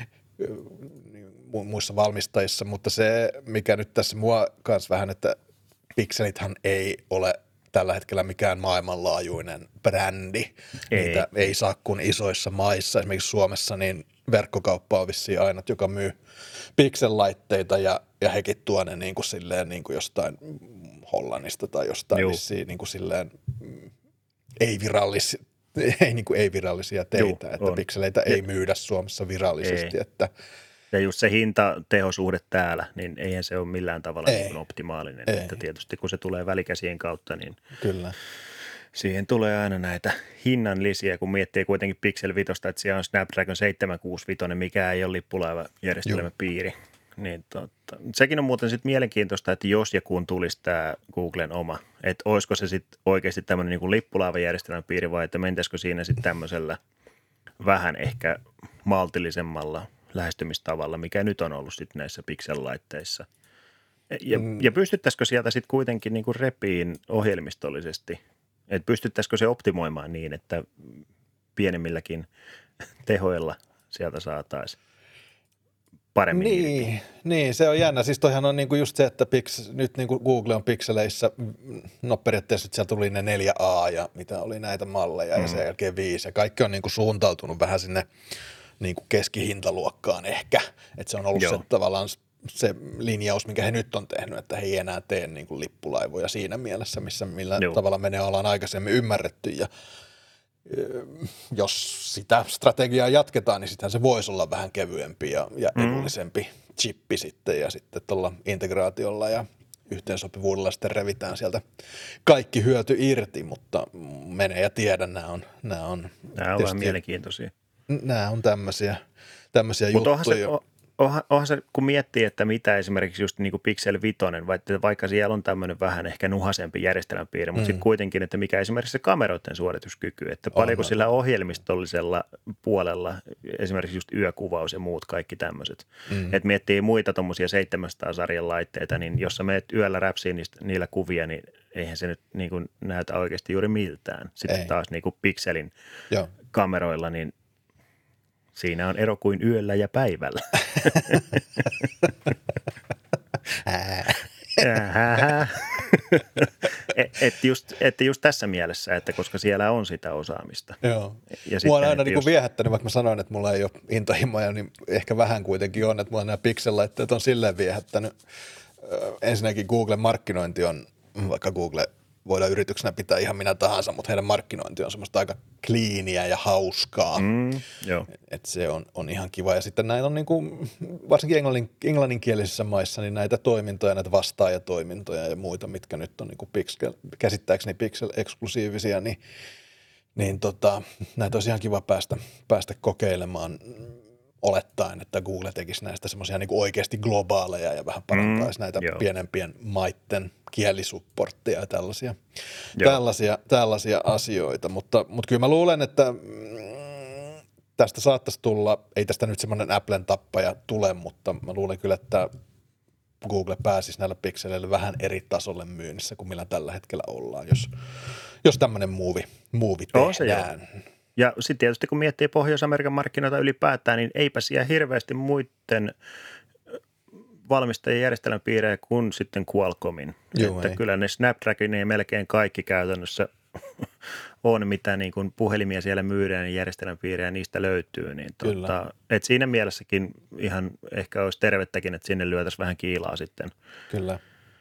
muissa valmistajissa, mutta se, mikä nyt tässä mua kanssa vähän, että Pixelithan ei ole tällä hetkellä mikään maailmanlaajuinen brändi. Ei. Niitä ei saa kuin isoissa maissa. Esimerkiksi Suomessa niin verkkokauppa on vissiin ainut, joka myy Pixel-laitteita ja, ja hekin tuo ne niin kuin silleen niin kuin jostain Hollannista tai jostain vissiin niin kuin silleen ei-virallisia, ei, niin kuin ei-virallisia teitä, Juh, että on. Pixeleitä ei myydä Suomessa virallisesti. Ei. Että ja just se hinta-tehosuhde täällä, niin eihän se ole millään tavalla niin optimaalinen. Ei. Että tietysti kun se tulee välikäsien kautta, niin Kyllä. siihen tulee aina näitä hinnan lisiä, kun miettii kuitenkin Pixel viisi, että siellä on Snapdragon seitsemänsataakuusikymmentäviisi, mikä ei ole lippulaiva järjestelmäpiiri. Niin totta. Sekin on muuten sitten mielenkiintoista, että jos ja kun tulisi tämä Googlen oma, että olisiko se sitten oikeasti tämmöinen niin kuin lippulaiva järjestelmäpiiri vai että mentäisikö siinä sitten tämmöisellä vähän ehkä maltillisemmalla lähestymistavalla, mikä nyt on ollut sitten näissä Pixel-laitteissa. Ja, mm. ja pystyttäisikö sieltä sitten kuitenkin niin kuin repiin ohjelmistollisesti, että pystyttäisikö se optimoimaan niin, että pienemmilläkin tehoilla sieltä saataisiin paremmin niin, irti. Niin, se on jännä. Siis toihan on niinku just se, että Pix, nyt niinku Google on pikseleissä, no periaatteessa siellä tuli ne neljä A ja mitä oli näitä malleja mm. ja sen jälkeen viisi ja kaikki on niinku suuntautunut vähän sinne niinku keskihintaluokkaan ehkä, että se on ollut Joo. se tavallaan se linjaus, minkä he nyt on tehnyt, että he ei enää tee niinku lippulaivoja siinä mielessä, missä millä Joo. tavalla me ne ollaan aikaisemmin ymmärretty ja jos sitä strategiaa jatketaan, niin sittenhän se voisi olla vähän kevyempi ja, ja edullisempi mm. chippi sitten ja sitten tuolla integraatiolla ja yhteensopivuudella sitten revitään sieltä kaikki hyöty irti, mutta menee ja tiedä, nämä on, nämä on, nämä on vähän mielenkiintoisia. Nämä on tämmöisiä, tämmöisiä Mutta juttuja. onhan se, onhan, onhan se, kun miettii, että mitä esimerkiksi just niin kuin Pixel viisi, vaikka, vaikka siellä on tämmöinen vähän ehkä nuhasempi järjestelmäpiirre, mutta mm. sitten kuitenkin, että mikä esimerkiksi se kameroiden suorituskyky, että paljonko on, sillä ohjelmistollisella puolella, esimerkiksi just yökuvaus ja muut kaikki tämmöiset, mm. että miettii muita tuommoisia seitsemänsadan sarjan laitteita, niin jos sä meet yöllä räpsiin niistä, niillä kuvia, niin eihän se nyt niin kuin näytä oikeasti juuri miltään. Sitten Ei. taas niin kuin Pixelin Joo. kameroilla, niin siinä on ero kuin yöllä ja päivällä. Että just, et just tässä mielessä, että koska siellä on sitä osaamista. Joo. Ja mua on aina niin jos... viehättänyt, vaikka mä sanoin, että mulla ei ole intohimoja, niin ehkä vähän kuitenkin on, että mulla nämä Pixel-laitteet on silleen viehättänyt. Ensinnäkin Googlen markkinointi on, vaikka Google voidaan yrityksenä pitää ihan minä tahansa, mutta heidän markkinointi on semmoista aika kliiniä ja hauskaa. Mm, joo. Et se on, on ihan kiva. Ja sitten näin on niin kuin, varsinkin englannin, englanninkielisissä maissa niin näitä toimintoja, näitä vastaajatoimintoja ja muita, mitkä nyt on niin kuin Pixel, käsittääkseni Pixel-eksklusiivisia, niin, niin tota, näitä olisi ihan kiva päästä, päästä kokeilemaan olettaen, että Google tekisi näistä semmoisia niin kuin oikeasti globaaleja ja vähän parantaisi mm, näitä joo. pienempien maitten kielisupporttia ja tällaisia, tällaisia, tällaisia asioita. Mutta, mutta kyllä mä luulen, että tästä saattaisi tulla, ei tästä nyt semmoinen Applen tappaja tule, mutta mä luulen kyllä, että Google pääsisi näillä pikseleillä vähän eri tasolle myynnissä kuin millä tällä hetkellä ollaan, jos, jos tämmöinen muuvi, muuvi tehdään. Ja sitten tietysti kun miettii Pohjois-Amerikan markkinoita ylipäätään, niin eipä siellä hirveästi muiden valmistajien järjestelmäpiirejä kuin sitten Qualcommin. Joo, että ei. Kyllä ne Snapdragonin melkein kaikki käytännössä on, mitä niin kuin puhelimia siellä myydään, niin järjestelmäpiirejä niistä löytyy. Niin tuota, et siinä mielessäkin ihan ehkä olisi tervettäkin, että sinne lyötäisiin vähän kiilaa sitten. Kyllä.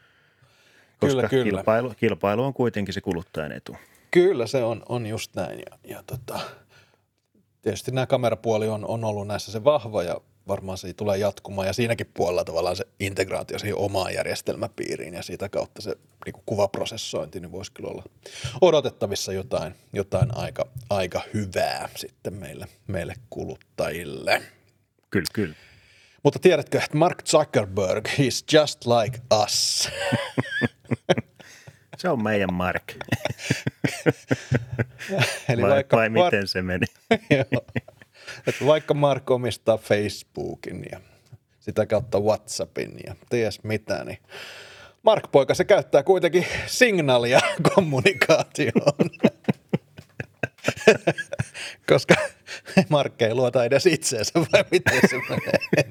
Koska kyllä, kyllä. Kilpailu, kilpailu on kuitenkin se kuluttajan etu. Kyllä se on, on just näin ja, ja tota, tietysti nämä kamerapuoli on, on ollut näissä se vahva ja varmaan se tulee jatkumaan ja siinäkin puolella tavallaan se integraatio siihen omaan järjestelmäpiiriin ja siitä kautta se niin kuin kuvaprosessointi niin voisi kyllä olla odotettavissa jotain, jotain aika, aika hyvää sitten meille, meille kuluttajille. Kyllä, kyllä. Mutta tiedätkö, että Mark Zuckerberg, he's just like us. Se on meidän Mark. Eli vai, vaikka vai Mark, miten se meni? Joo, että vaikka Mark omistaa Facebookin ja sitä kautta WhatsAppin ja ties mitä, niin Mark-poika se käyttää kuitenkin signaalia kommunikaatioon. Koska Mark ei luota edes itseensä, vai miten se menee?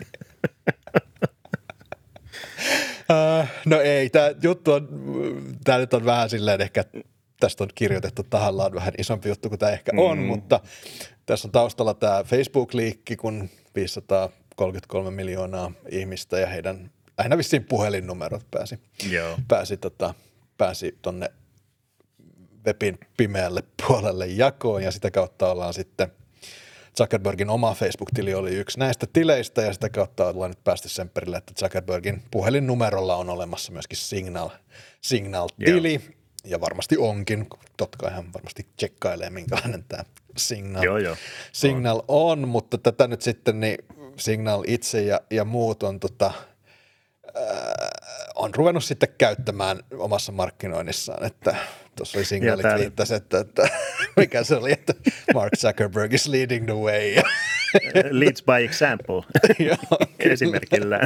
Uh, no ei, tämä juttu on, tämä nyt on vähän silleen ehkä, tästä on kirjoitettu tahallaan vähän isompi juttu kuin tämä ehkä on, mm. mutta tässä on taustalla tämä Facebook-liikki, kun viisisataakolmekymmentäkolme miljoonaa ihmistä ja heidän lähinnä vissiin puhelinnumerot pääsi, Joo. pääsi, tota, pääsi tonne webin pimeälle puolelle jakoon ja sitä kautta ollaan sitten Zuckerbergin oma Facebook-tili oli yksi näistä tileistä ja sitä kautta ollaan nyt päästy sen perille, että Zuckerbergin puhelinnumerolla on olemassa myöskin Signal, Signal-tili joo. ja varmasti onkin, totta kai hän varmasti tsekkailee minkälainen tämä Signal, joo, joo. Signal on. on, mutta tätä nyt sitten niin Signal itse ja, ja muut on, tota, äh, on ruvennut sitten käyttämään omassa markkinoinnissaan, että tuossa oli Signalit viittasi, että, että mikä se oli, että Mark Zuckerberg is leading the way. Leads by example esimerkillään.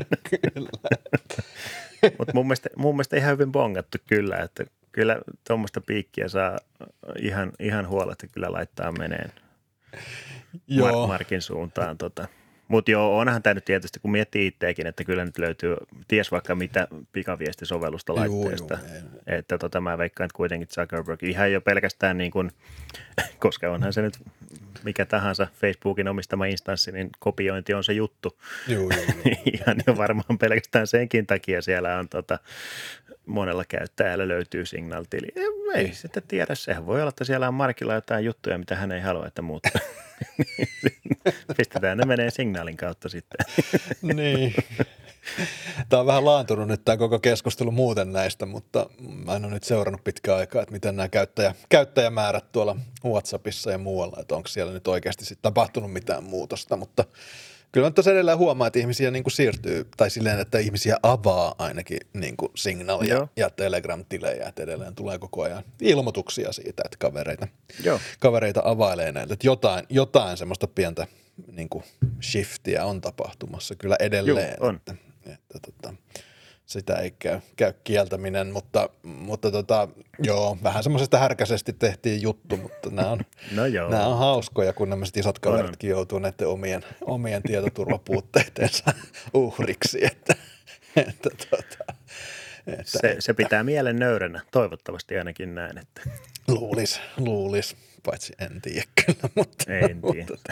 Mutta mun mielestä, mun mielestä ihan hyvin bongattu kyllä, että kyllä tuommoista piikkiä saa ihan, ihan huoletta kyllä laittaa meneen Joo. Markin suuntaan. Tota. Mutta joo, onhan tämä nyt tietysti, kun miettii itseäkin, että kyllä nyt löytyy ties vaikka mitä pikaviestisovellusta laitteesta. Joo, joo, että tota, mä veikkaan, että kuitenkin Zuckerberg ihan jo pelkästään niin kuin, koska onhan se nyt mikä tahansa Facebookin omistama instanssi, niin kopiointi on se juttu. Joo, joo, joo. Ihan jo varmaan pelkästään senkin takia siellä on tota, monella käyttäjällä löytyy Signal-tili. Ei, ei sitä tiedä, sehän voi olla, että siellä on Markilla jotain juttuja, mitä hän ei halua, että muut, Pistetään ne menee signaalin kautta sitten. Niin. Tämä on vähän laantunut nyt tämä koko keskustelu muuten näistä, mutta mä en ole nyt seurannut pitkään aikaa, että miten nämä käyttäjä, käyttäjämäärät tuolla WhatsAppissa ja muualla, että onko siellä nyt oikeasti sitten tapahtunut mitään muutosta, mutta kyllä mä tuossa edelleen huomaa, että ihmisiä niin kuin siirtyy, tai silleen, että ihmisiä avaa ainakin niin kuin Signal ja, Joo. ja Telegram-tilejä, että edelleen tulee koko ajan ilmoituksia siitä, että kavereita, Joo. kavereita availee näitä, että jotain, jotain semmoista pientä niin kuin shiftiä on tapahtumassa kyllä edelleen. Joo, on. Että, että, tota, sitä ei käy, käy kieltäminen, mutta, mutta tota, joo, vähän semmoisesta härkäisesti tehtiin juttu, mutta nämä on, No joo. nämä on hauskoja, kun nämä isot kaveritkin joutuu näiden omien, omien tietoturvapuutteidensa uhriksi, että, että, tota, että Se, se pitää mielen nöyränä, toivottavasti ainakin näin, että luulis, luulis, paitsi en tiedä kyllä, mutta, en tiedä. mutta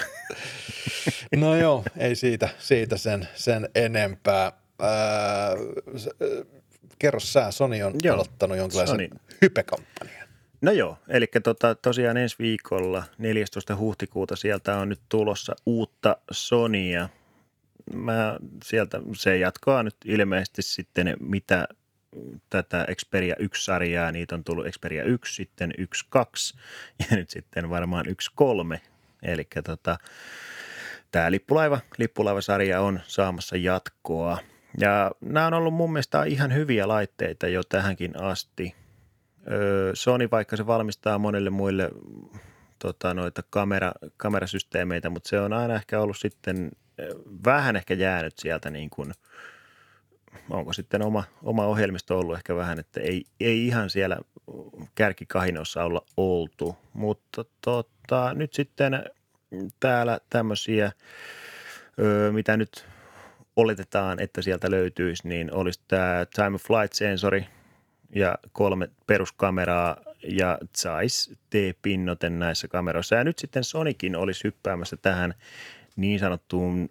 no joo, ei siitä, siitä sen, sen enempää. Ää, s- äh, kerro sä, Sony on Joo, aloittanut jonkinlaisen Sony. hypekampanjan. No joo, eli tota, tosiaan ensi viikolla neljästoista huhtikuuta sieltä on nyt tulossa uutta Sonya. Mä sieltä, se jatkaa nyt ilmeisesti sitten mitä tätä Xperia yksi-sarjaa, niitä on tullut Xperia yksi, sitten yksi kaksi ja nyt sitten varmaan yksi kolme. Eli tota, tämä lippulaiva, lippulaivasarja on saamassa jatkoa. Ja nämä on ollut mun mielestä ihan hyviä laitteita jo tähänkin asti. Öö, Sony, vaikka se valmistaa monille muille tota, noita kamera, kamerasysteemeitä, mutta se on aina ehkä ollut sitten vähän ehkä jäänyt sieltä niin kuin, onko sitten oma, oma ohjelmisto ollut ehkä vähän, että ei, ei ihan siellä kärkikahinossa olla oltu, mutta tota, nyt sitten täällä tämmöisiä, öö, mitä nyt oletetaan, että sieltä löytyisi, niin olisi tämä time of flight-sensori ja kolme peruskameraa ja Zeiss T-pinnote näissä kameroissa. Ja nyt sitten Sonykin olisi hyppäämässä tähän niin sanottuun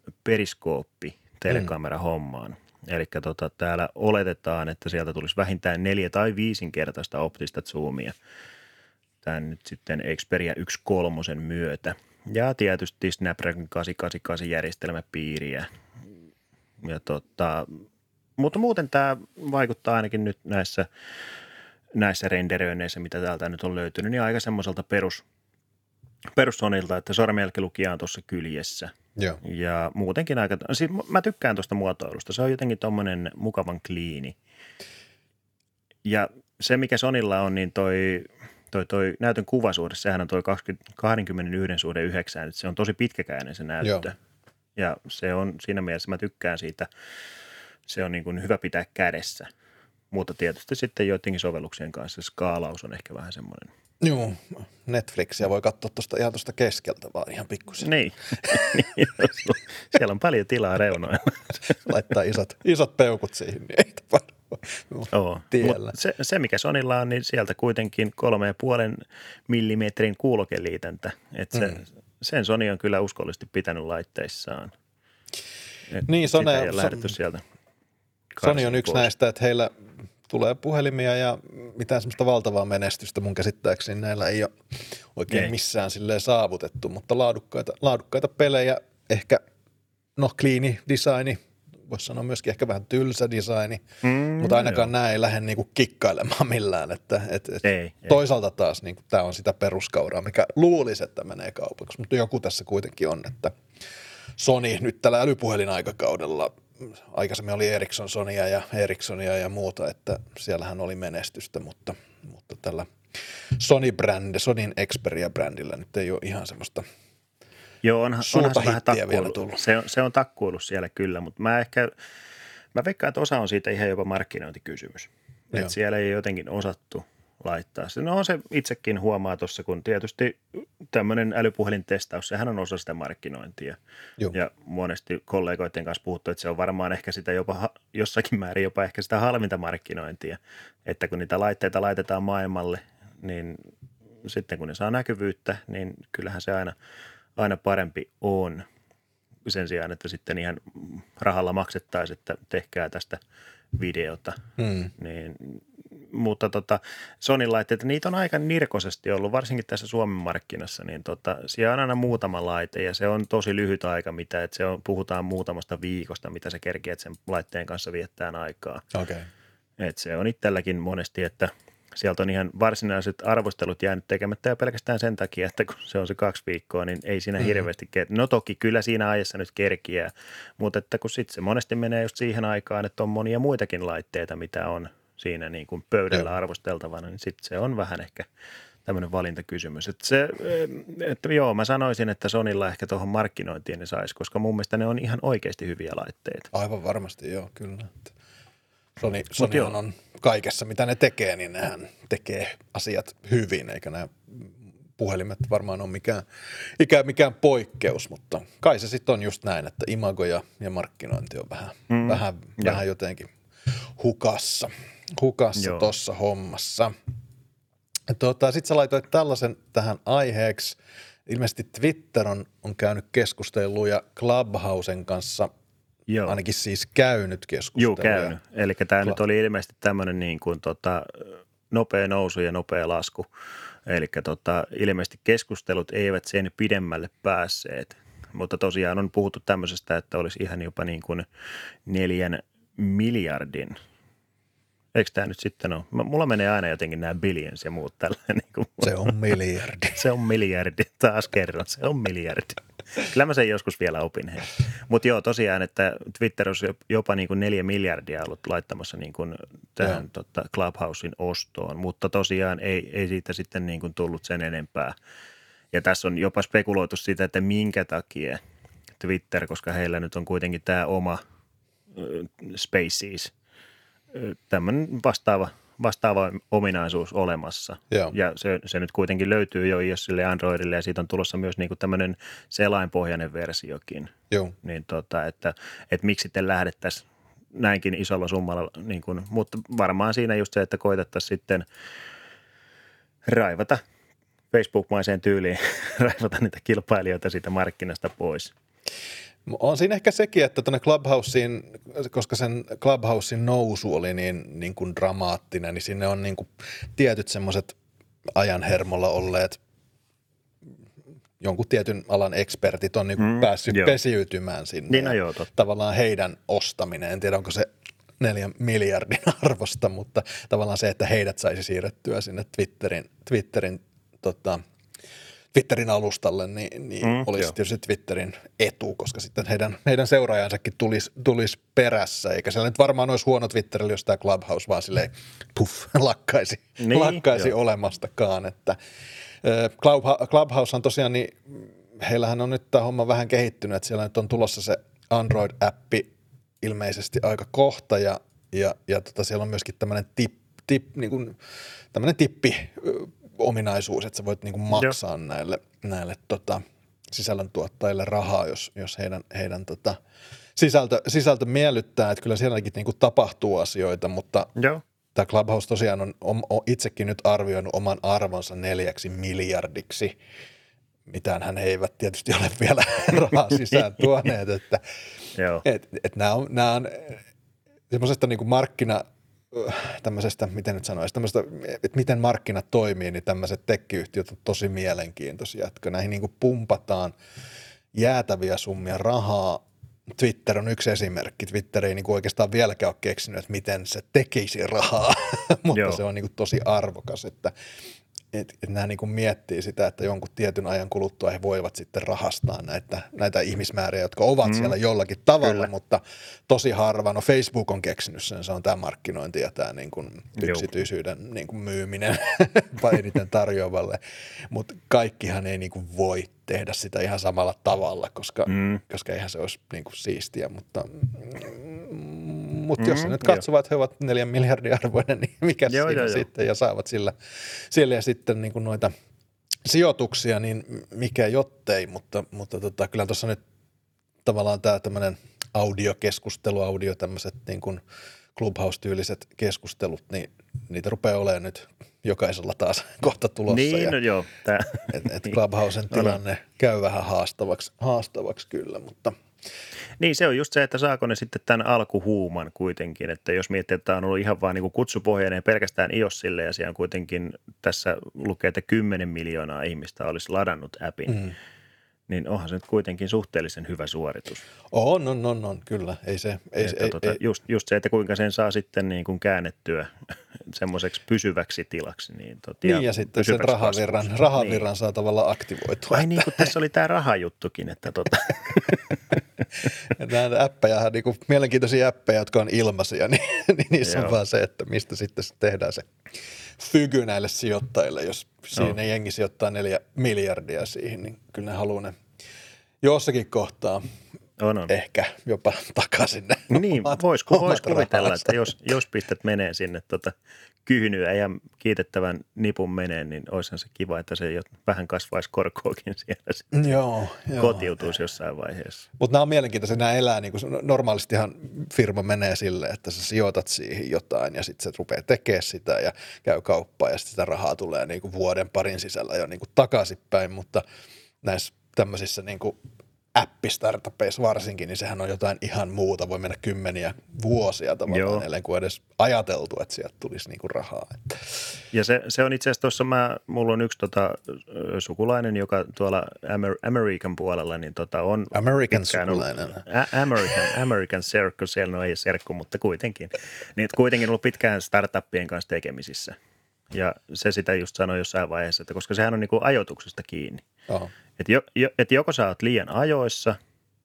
periskooppi-telekamera-hommaan. Mm. Eli tota, täällä oletetaan, että sieltä tulisi vähintään neljä tai viisinkertaista optista zoomia tämän nyt sitten Xperia yksi kolme myötä. Ja tietysti Snapdragon kahdeksansataakahdeksankymmentäkahdeksan järjestelmäpiiriä. Ja tota, mutta muuten tämä vaikuttaa ainakin nyt näissä, näissä renderöinneissä, mitä täältä nyt on löytynyt, niin aika semmoiselta perus, perussonilta, että sormenjälkilukija on tuossa kyljessä. Joo. Ja muutenkin aika, siis mä tykkään tuosta muotoilusta, se on jotenkin tommonen mukavan kliini. Ja se, mikä Sonylla on, niin toi, toi, toi näytön kuvasuhde, sehän on toi kaksikymmentäyksi suhde yhdeksään, että se on tosi pitkäkäinen se näyttö. Joo. Ja se on, siinä mielessä mä tykkään siitä, se on niin kuin hyvä pitää kädessä, mutta tietysti sitten joidenkin sovelluksien kanssa skaalaus on ehkä vähän semmoinen. Joo, Netflixiä voi katsoa tuosta ihan tuosta keskeltä vaan ihan pikkusen. Niin, siellä on paljon tilaa reunoilla. Laittaa isot, isot peukut siihen, niin ei tapahdu Oo, tiellä. Se, se, mikä Sonylla on, niin sieltä kuitenkin kolme ja puolen millimetrin kuulokeliitäntä. Että se, mm. sen Sony on kyllä uskollisesti pitänyt laitteissaan. Et niin, Sony, sitä ei ole lähdetty sieltä. Sony on yksi pois. näistä, että heillä tulee puhelimia ja mitään semmoista valtavaa menestystä mun käsittääkseni näillä ei ole oikein ei. missään silleen saavutettu, mutta laadukkaita, laadukkaita pelejä, ehkä no clean designi, voisi sanoa myöskin ehkä vähän tylsä designi, mm, mutta ainakaan joo. Nämä ei lähde niinku kikkailemaan millään, että et, et ei, toisaalta taas niinku, tämä on sitä peruskauraa, mikä luulisi, että menee kaupaksi, mutta joku tässä kuitenkin on, että Sony nyt tällä älypuhelinaikakaudella, aikaisemmin oli Ericsson Sonya ja Ericssonia ja muuta, että siellähän oli menestystä, mutta, mutta tällä Sony-brändi, Sonyn Xperia-brändillä nyt ei ole ihan semmoista Joo, onhan, suurta onhan se vähän hittiä vielä takkuillut. tullut. Se on, se on takkuillut siellä kyllä, mutta mä ehkä, mä veikkaan, että osa on siitä ihan jopa markkinointikysymys. Että siellä ei jotenkin osattu laittaa. No on se itsekin huomaa tuossa, kun tietysti tämmöinen älypuhelintestaus, sehän on osa sitä markkinointia. Joo. Ja monesti kollegoiden kanssa puhuttu, että se on varmaan ehkä sitä jopa jossakin määrin jopa ehkä sitä halvinta markkinointia. Että kun niitä laitteita laitetaan maailmalle, niin sitten kun ne saa näkyvyyttä, niin kyllähän se aina, aina parempi on sen sijaan, että sitten ihan rahalla maksettaisiin, että tehkää tästä videota. Hmm. Niin mutta tota, Sonyn laitteita, niitä on aika nirkosesti ollut, varsinkin tässä Suomen markkinassa, niin tota, siellä on aina muutama laite ja se on tosi lyhyt aika, mitä, että se on, puhutaan muutamasta viikosta, mitä se kerkii, että sen laitteen kanssa viettää aikaa. Okay. Et se on itselläkin monesti, että sieltä on ihan varsinaiset arvostelut jäänyt tekemättä ja pelkästään sen takia, että kun se on se kaksi viikkoa, niin ei siinä hirveästi ker- No toki kyllä siinä ajassa nyt kerkiää, mutta että kun sitten se monesti menee just siihen aikaan, että on monia muitakin laitteita, mitä on siinä niin kuin pöydällä Joo. arvosteltavana, niin sitten se on vähän ehkä tämmöinen valintakysymys. Että se, että joo, mä sanoisin, että Sonylla ehkä tuohon markkinointiin ne saisi, koska mun mielestä ne on ihan oikeasti hyviä laitteita. Aivan varmasti, joo, kyllä. Sony, Sony on kaikessa, mitä ne tekee, niin nehän tekee asiat hyvin, eikä nämä puhelimet varmaan ole mikään, ikään mikään poikkeus, mutta kai se sitten on just näin, että imago ja, ja markkinointi on vähän, mm. vähän, vähän jotenkin hukassa, hukassa tuossa hommassa. Tuota, sitten sä laitoit tällaisen tähän aiheeksi. Ilmeisesti Twitter on, on käynyt keskusteluja Clubhousen kanssa. Joo. Ainakin siis käynyt keskusteluja. Joo, käynyt. Eli tämä Kla- nyt oli ilmeisesti tämmöinen niin kuin tota, nopea nousu ja nopea lasku. Eli tota, ilmeisesti keskustelut eivät sen pidemmälle päässeet. Mutta tosiaan on puhuttu tämmöisestä, että olisi ihan jopa niin kuin neljän miljardin. Eikö tämä nyt sitten ole? Mulla menee aina jotenkin nämä billions ja muut tällainen. Niin se on miljardi. Se on miljardi. Taas kerran, se on miljardi. Kyllä mä sen joskus vielä opin. Mutta joo, tosiaan, että Twitter olisi jopa niin kuin neljä miljardia ollut laittamassa niin kuin tähän tota, Clubhousein ostoon. Mutta tosiaan ei, ei siitä sitten niin kuin tullut sen enempää. Ja tässä on jopa spekuloitu sitä, että minkä takia Twitter, koska heillä nyt on kuitenkin tämä oma äh, Spaces – tämmöinen vastaava, vastaava ominaisuus olemassa. Joo. Ja se, se nyt kuitenkin löytyy jo iOSille ja Androidille ja siitä on tulossa myös niin kuin tämmöinen selainpohjainen versiokin. Joo. Niin tota, että, että miksi sitten lähdettäisiin näinkin isolla summalla, niin kuin, mutta varmaan siinä just se, että koitettaisiin sitten raivata Facebook-maiseen tyyliin, raivata niitä kilpailijoita siitä markkinasta pois. On siinä ehkä sekin, että tuonne Clubhouseen, koska sen Clubhousein nousu oli niin, niin kuin dramaattinen, niin sinne on niin kuin tietyt semmoiset ajan hermolla olleet jonkun tietyn alan ekspertit on niin kuin mm, päässyt joo. pesiytymään sinne. Niin, no joo, totta. Tavallaan heidän ostaminen, en tiedä onko se neljän miljardin arvosta, mutta tavallaan se, että heidät saisi siirrettyä sinne Twitterin, Twitterin tota, Twitterin alustalle, niin, niin mm, olisi jo. tietysti Twitterin etu, koska sitten heidän, heidän seuraajansakin tulisi, tulisi perässä, eikä siellä nyt varmaan olisi huono Twitterillä, jos tämä Clubhouse vaan silleen puff, lakkaisi, niin, lakkaisi olemastakaan. Että, äh, Clubhouse on tosiaan, niin heillähän on nyt tämä homma vähän kehittynyt, että siellä nyt on tulossa se Android-appi ilmeisesti aika kohta, ja, ja, ja tota, siellä on myöskin tämmöinen tip, tip, niin kuin, tämmöinen tippi, ominaisuus, että sä voit niinku maksaa Joo. näille, näille tota, sisällöntuottajille rahaa, jos, jos heidän, heidän tota, sisältö, sisältö miellyttää, että kyllä sielläkin niinku tapahtuu asioita, mutta Joo. tämä Clubhouse tosiaan on, on, on itsekin nyt arvioinut oman arvonsa neljäksi miljardiksi. Mitäänhän he eivät tietysti ole vielä rahaa sisään tuoneet, että et, et nämä on, nämä on semmoisesta niinku markkina tämmöisestä, miten nyt sanoisi, tämmöistä, että miten markkinat toimii, niin tämmöiset tekkiyhtiöt on tosi mielenkiintoisia, että näihin niin kuin pumpataan jäätäviä summia rahaa. Twitter on yksi esimerkki. Twitter ei niin kuin oikeastaan vieläkään ole keksinyt, että miten se tekisi rahaa, mutta Joo. se on niin kuin tosi arvokas, että että et nämä niin kuin miettii sitä, että jonkun tietyn ajan kuluttua he voivat sitten rahastaa näitä, näitä ihmismääriä, jotka ovat mm. siellä jollakin tavalla, Kyllä. mutta tosi harva. No Facebook on keksinyt sen, se on tämä markkinointi ja tämä niin kuin yksityisyyden niin kuin myyminen eniten tarjoavalle, mutta kaikkihan ei niin kuin voi tehdä sitä ihan samalla tavalla, koska, mm. koska eihän se olisi niin kuin siistiä, mutta mutta mm, jos nyt katsovat, että he ovat neljän miljardin arvoinen, niin mikä joo, siinä jo, sitten, jo. ja saavat sillä, siellä sitten niin kuin noita sijoituksia, niin mikä jottei, mutta, mutta tota, kyllä tuossa nyt tavallaan tämä tämmöinen audiokeskustelu, audio tämmöiset niin kuin Clubhouse-tyyliset keskustelut, niin niitä rupeaa olemaan nyt jokaisella taas kohta tulossa. Niin, ja, no joo. Tää. Et, et Clubhousen tilanne käy vähän haastavaksi, haastavaksi kyllä, mutta Niin se on just se, että saako ne sitten tämän alkuhuuman kuitenkin, että jos miettii, että tämä on ollut ihan vaan niin kuin kutsupohjainen pelkästään iOSille ja siellä on kuitenkin tässä lukee, että kymmenen miljoonaa ihmistä olisi ladannut appin, mm. niin onhan se nyt kuitenkin suhteellisen hyvä suoritus. On, on, on, on kyllä. Ei se, ei, että ei, tota, ei. Just, just se, että kuinka sen saa sitten niin kuin käännettyä semmoiseksi pysyväksi tilaksi. Niin, tot, niin ja, ja sitten sen rahavirran, rahavirran niin. saa tavallaan aktivoitua. Ai niin kuin tässä oli tämä rahajuttukin, että tota. Nämä appeja, niin kuin mielenkiintoisia appeja, jotka on ilmaisia, niin, niin niissä Joo. on vaan se, että mistä sitten tehdään se fygy näille sijoittajille. Jos siinä no. jengi sijoittaa neljä miljardia siihen, niin kyllä ne haluaa ne jossakin kohtaa on, on. ehkä jopa takaisin ne niin, omat, vois, omat vois kuvitella, rahansa. että jos, jos pistät menee sinne tota kyhnyä ja kiitettävän nipun menee, niin olisihan se kiva, että se jo vähän kasvaisi korkoakin siellä sitten. Joo, joo. Kotiutuisi jossain vaiheessa. Mutta nämä on mielenkiintoisia, nämä elää niin kuin normaalistihan firma menee silleen, että sä sijoitat siihen jotain ja sitten se rupeaa tekemään sitä ja käy kauppaa ja sitten sitä rahaa tulee niin kuin vuoden parin sisällä jo niin kuin takaisinpäin, mutta näissä tämmöisissä niin kuin appistartupeissa varsinkin, niin sehän on jotain ihan muuta. Voi mennä kymmeniä vuosia tavallaan, ellen kuin edes ajateltu, että sieltä tulisi niinku rahaa. Ja se, se on itse asiassa tuossa, mä, mulla on yksi tota, sukulainen, joka tuolla Amer, American puolella, niin tota on American sukulainen. Ollut, a, American, American serkku, siellä no ei serkku, mutta kuitenkin. Niin kuitenkin ollut pitkään startuppien kanssa tekemisissä. Ja se sitä just sanoi jossain vaiheessa, että koska sehän on niinku ajoituksesta kiinni. Oho. Että jo, jo, et joko sä oot liian ajoissa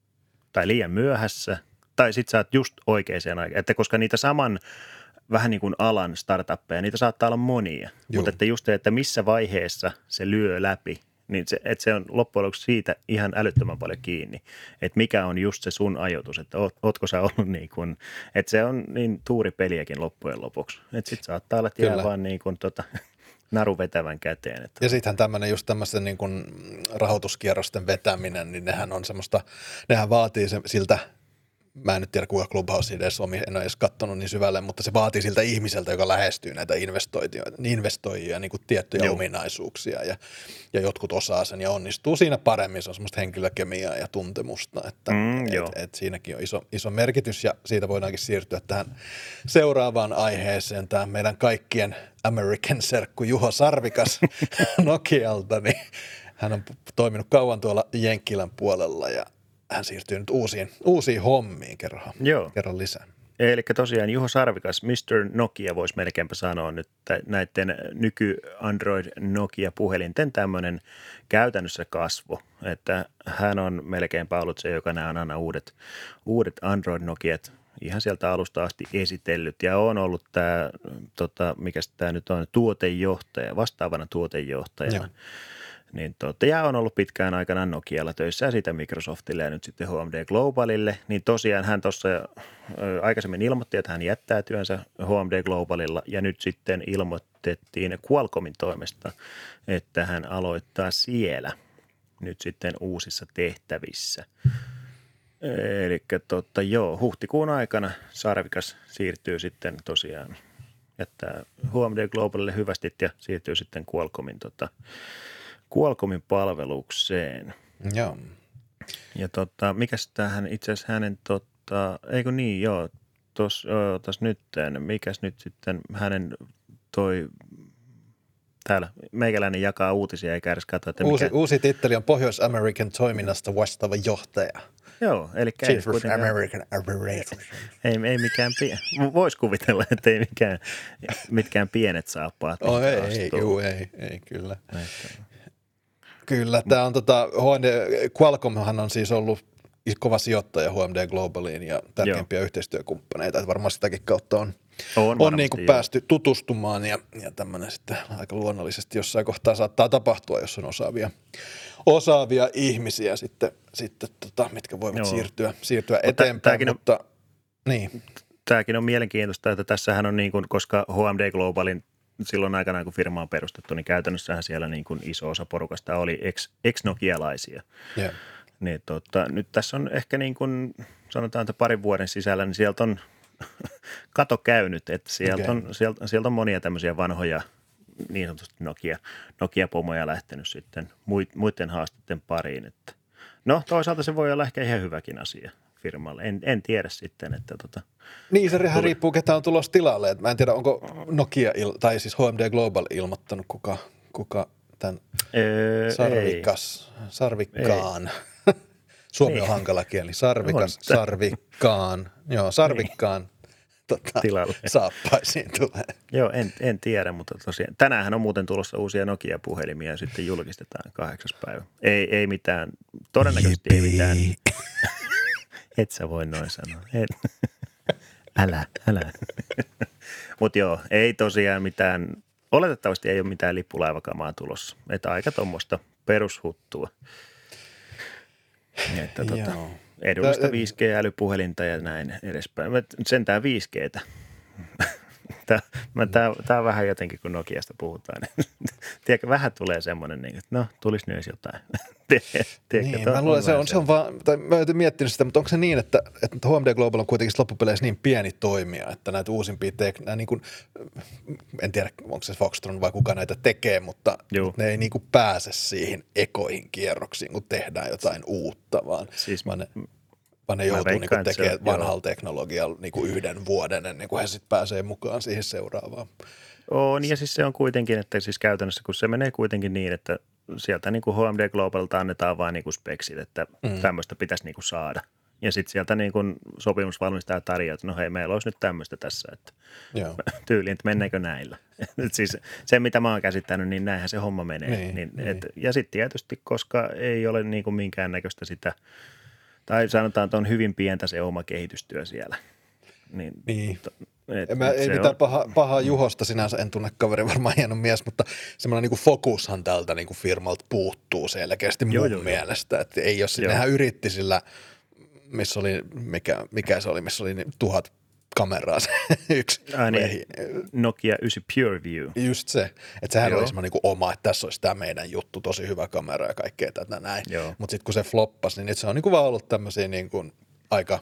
tai liian myöhässä tai sit sä oot just oikeaan aikaan. Että koska niitä saman vähän niin kuin alan startuppeja, niitä saattaa olla monia. Mutta että just se, että missä vaiheessa se lyö läpi, niin se, että se on loppujen lopuksi siitä ihan älyttömän paljon kiinni. Että mikä on just se sun ajoitus, että oot, ootko sä ollut niin kuin, että se on niin tuuripeliäkin loppujen lopuksi. Että sit saattaa olla, että jää vaan niin kuin tota naru vetävän käteen. Että. Ja sittenhän tämmöinen just tämmöisten niin kuin rahoituskierrosten vetäminen, niin nehän on semmoista, nehän vaatii se, siltä, mä en nyt tiedä kuinka Clubhouse edes on, en ole edes katsonut niin syvälle, mutta se vaatii siltä ihmiseltä, joka lähestyy näitä investoijia, niin kuin tiettyjä Joo. ominaisuuksia ja, ja jotkut osaa sen ja onnistuu siinä paremmin, se on semmoista henkilökemiaa ja tuntemusta, että mm, et, et siinäkin on iso, iso merkitys ja siitä voidaankin siirtyä tähän seuraavaan aiheeseen, tämä meidän kaikkien American serkku Juho Sarvikas Nokialta, niin hän on toiminut kauan tuolla Jenkkilän puolella ja hän siirtyy nyt uusiin, uusiin hommiin, kerran, kerran lisää. Eli tosiaan Juho Sarvikas, mister Nokia voisi melkeinpä sanoa nyt näiden nyky-Android-Nokia-puhelinten tämmöinen käytännössä kasvo. Että hän on melkeinpä ollut se, joka nämä on aina uudet, uudet Android-Nokiat ihan sieltä alusta asti esitellyt. Ja on ollut tämä, tota, mikä tämä nyt on, tuotejohtaja, vastaavana tuotejohtajana. Joo. Niin totta, ja on ollut pitkään aikana Nokialla töissä ja siitä Microsoftille ja nyt sitten H M D Globalille. Niin tosiaan hän tuossa aikaisemmin ilmoitti, että hän jättää työnsä H M D Globalilla ja nyt sitten ilmoitettiin Qualcommin toimesta, että hän aloittaa siellä nyt sitten uusissa tehtävissä. Eli totta, joo, huhtikuun aikana Sarvikas siirtyy sitten tosiaan, jättää H M D Globalille hyvästit ja siirtyy sitten Qualcommin tota, Qualcommin palvelukseen. Joo. Ja tota, mikäs tähän itse asiassa hänen, tota, eikö niin, joo, tos, tos nyt, mikäs nyt sitten hänen toi, täällä meikäläinen jakaa uutisia eikä edes katso, että uusi, mikä. Uusi titteli on Pohjois-American toiminnasta vastaava johtaja. Joo, eli Chief of American Operations. Ei, ei mikään, voisi kuvitella, että ei mikään, mitkään pienet saappaat. Oh, ei, ei, juu, ei, ei, kyllä. Että. Kyllä, tämä on tota, H M D, Qualcommhan on siis ollut kova sijoittaja H M D Globaliin ja tärkeimpiä Joo. yhteistyökumppaneita, että varmaan sitäkin kautta on, on, on niin kuin päästy tutustumaan ja, ja tämmöinen sitten aika luonnollisesti jossain kohtaa saattaa tapahtua, jos on osaavia, osaavia ihmisiä sitten, sitten tota, mitkä voivat Joo. siirtyä, siirtyä eteenpäin, on, mutta niin. Tämäkin on mielenkiintoista, että tässähän on niin kuin, koska H M D Globalin silloin aikanaan, kun firma on perustettu, niin käytännössähän siellä niin kuin iso osa porukasta oli ex, ex-nokialaisia. Yeah. Niin, tota, nyt tässä on ehkä niin kuin sanotaan, että parin vuoden sisällä, niin sieltä on kato käynyt, että sieltä, okay. on, sieltä, sieltä on monia tämmöisiä vanhoja niin sanotusti Nokia, Nokia-pomoja lähtenyt sitten muiden haasteiden pariin, että No toisaalta se voi olla ehkä ihan hyväkin asia firmalle. En, en tiedä sitten, että tota... Niin, se ihan riippuu, ketä on tulossa tilalle. Et mä en tiedä, onko Nokia, il- tai siis H M D Global ilmoittanut, kuka, kuka tämän öö, sarvikas, ei. sarvikkaan. Suomi niin. on hankala kieli. Sarvikas, on. sarvikkaan. Joo, sarvikkaan tota, tilalle. Saappaisiin tulee. Joo, en, en tiedä, mutta tosiaan. Tänäänhän on muuten tulossa uusia Nokia-puhelimia ja sitten julkistetaan kahdeksas päivä. Ei, ei mitään, todennäköisesti Jipi. ei mitään. Et sä voi noin sanoa. Et. Älä, älä. Mutta joo, ei tosiaan mitään, oletettavasti ei ole mitään lippulaivakamaa tulossa. Että aika tuommoista perushuttua. Että tota, edullista viisi G-älypuhelinta ja näin edespäin. Sentään viisi G:tä. Tämä on vähän jotenkin, kun Nokiasta puhutaan. Tiedätkö, vähän tulee semmoinen, että no, tulisi nyt edes jotain. Tiedätkö, niin, mä luulen, se on, se on vaan, tai mä oon miettinyt sitä, mutta onko se niin, että, että H M D Global on kuitenkin loppupeleissä niin pieni toimija, että näitä uusimpia, tek- niin kuin, en tiedä, onko se Foxtron vai kuka näitä tekee, mutta Juu. ne ei niin kuin pääse siihen ekoihin kierroksiin, kun tehdään jotain uutta, vaan, siis, vaan ne, vaan ne joutuu niin kuin tekemään se, vanhalla joo. teknologialla niin kuin yhden vuoden ennen kuin he sitten pääsee mukaan siihen seuraavaan. On, ja siis se on kuitenkin, että siis käytännössä, kun se menee kuitenkin niin, että sieltä niin kuin H M D Globalilta annetaan vain niin kuin speksit, että mm. tämmöistä pitäisi niin kuin saada. Ja sitten sieltä niin kuin sopimusvalmistaja tarjoaa, että no hei, meillä olisi nyt tämmöistä tässä, että Joo. tyyliin, että menneekö näillä. Siis se, mitä mä oon käsittänyt, niin näinhän se homma menee. Niin, niin, niin. Et, ja sitten tietysti, koska ei ole niin kuin minkäännäköistä sitä, tai sanotaan, että on hyvin pientä se oma kehitystyö siellä. Niin, niin. Et, mä, ei mitään pahaa paha Juhosta sinänsä, en tunne kaveri, varmaan hieno mies, mutta semmoinen niin kuin fokushan tältä niin kuin firmalta puuttuu selkeästi mun joo, joo, mielestä. Että ei jos nehän yritti sillä, missä oli, mikä, mikä se oli, missä oli niin tuhat kameraa se yksi. Ai niin, Nokia yhdeksän PureView. Just se, että sehän joo. oli semmoinen niin kuin oma, että tässä olisi tämä meidän juttu, tosi hyvä kamera ja kaikkea tätä näin. Mutta sitten kun se floppasi, niin nyt se on niin kuin vaan ollut tämmöisiä niin kuin aika...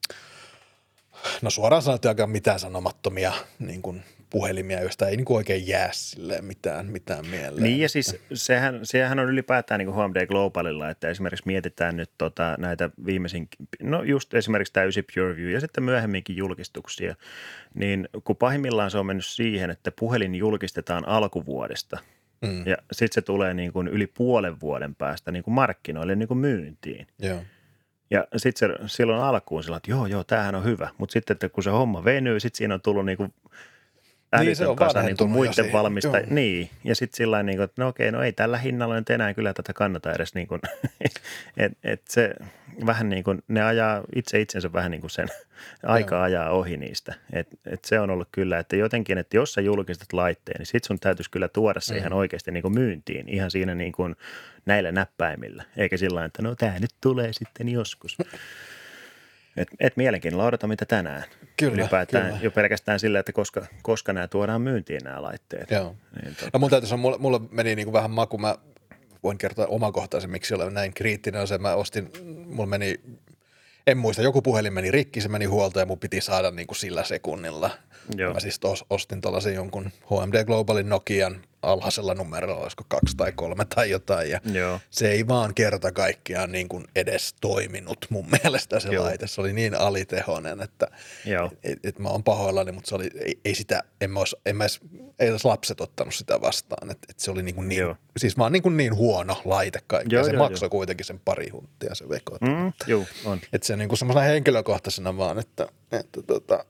No suoraan sanottuna aika mitään sanomattomia niin kuin puhelimia, joista ei niin kuin oikein jää silleen mitään, mitään mieleen. Niin ja siis sehän, sehän on ylipäätään niin kuin H M D Globalilla, että esimerkiksi mietitään nyt tota, näitä viimeisin, no just esimerkiksi tämä yhdeksän PureView ja sitten myöhemminkin julkistuksia, niin kun pahimmillaan se on mennyt siihen, että puhelin julkistetaan alkuvuodesta mm. ja sitten se tulee niin kuin yli puolen vuoden päästä niin kuin markkinoille niin kuin myyntiin. Joo. Ja sitten se silloin alkuun sillä, että joo, joo, tämähän on hyvä. Mutta sitten, että kun se homma venyy, sitten siinä on tullut niinku älytön niin, kasa niinku muiden valmista. Niin, ja sitten sillä niin että no okei, no ei tällä hinnalla nyt enää kyllä tätä kannata edes. Niin että et se vähän niin kuin, ne ajaa itse itsensä vähän niin kuin sen aika joo. ajaa ohi niistä. Että et se on ollut kyllä, että jotenkin, että jos sä julkistat laitteen, niin sit sun täytyisi kyllä tuoda se mm. ihan oikeasti niin kuin myyntiin. Ihan siinä niin kuin näillä näppäimillä, eikä sillä lailla, että no tämä nyt tulee sitten joskus. Et, et mielenkiinnolla odota, mitä tänään. Kyllä, ylipäätään kyllä. Jo pelkästään sillä, että koska, koska nämä tuodaan myyntiin nämä laitteet. Joo. Niin, no mun täytyy sanoa, mulla, mulla meni niin kuin vähän maku, mä voin kertoa omakohtaisen, miksi olen näin kriittinen on se, mä ostin, mulla meni, en muista, joku puhelin meni rikki, se meni huolto ja mun piti saada niin kuin sillä sekunnilla. Joo. Mä siis ostin tuollaisen jonkun H M D Globalin Nokian alhaisella numerolla, olisiko kaksi tai kolme tai jotain, ja Joo. se ei vaan kerta kaikkiaan niin kuin edes toiminut mun mielestä se Joo. laite. Se oli niin alitehoinen, että et, et mä oon pahoillani, mutta se oli, ei, ei sitä, en mä ois, en mä edes, ei edes lapset ottanut sitä vastaan, että et se oli niin, kuin niin siis vaan niin, kuin niin huono laite kaikki, ja se jo, maksoi jo. kuitenkin sen pari huntia se veko. Mm, joo, on. Että se niin kuin semmoisena henkilökohtaisena vaan, että, että tota,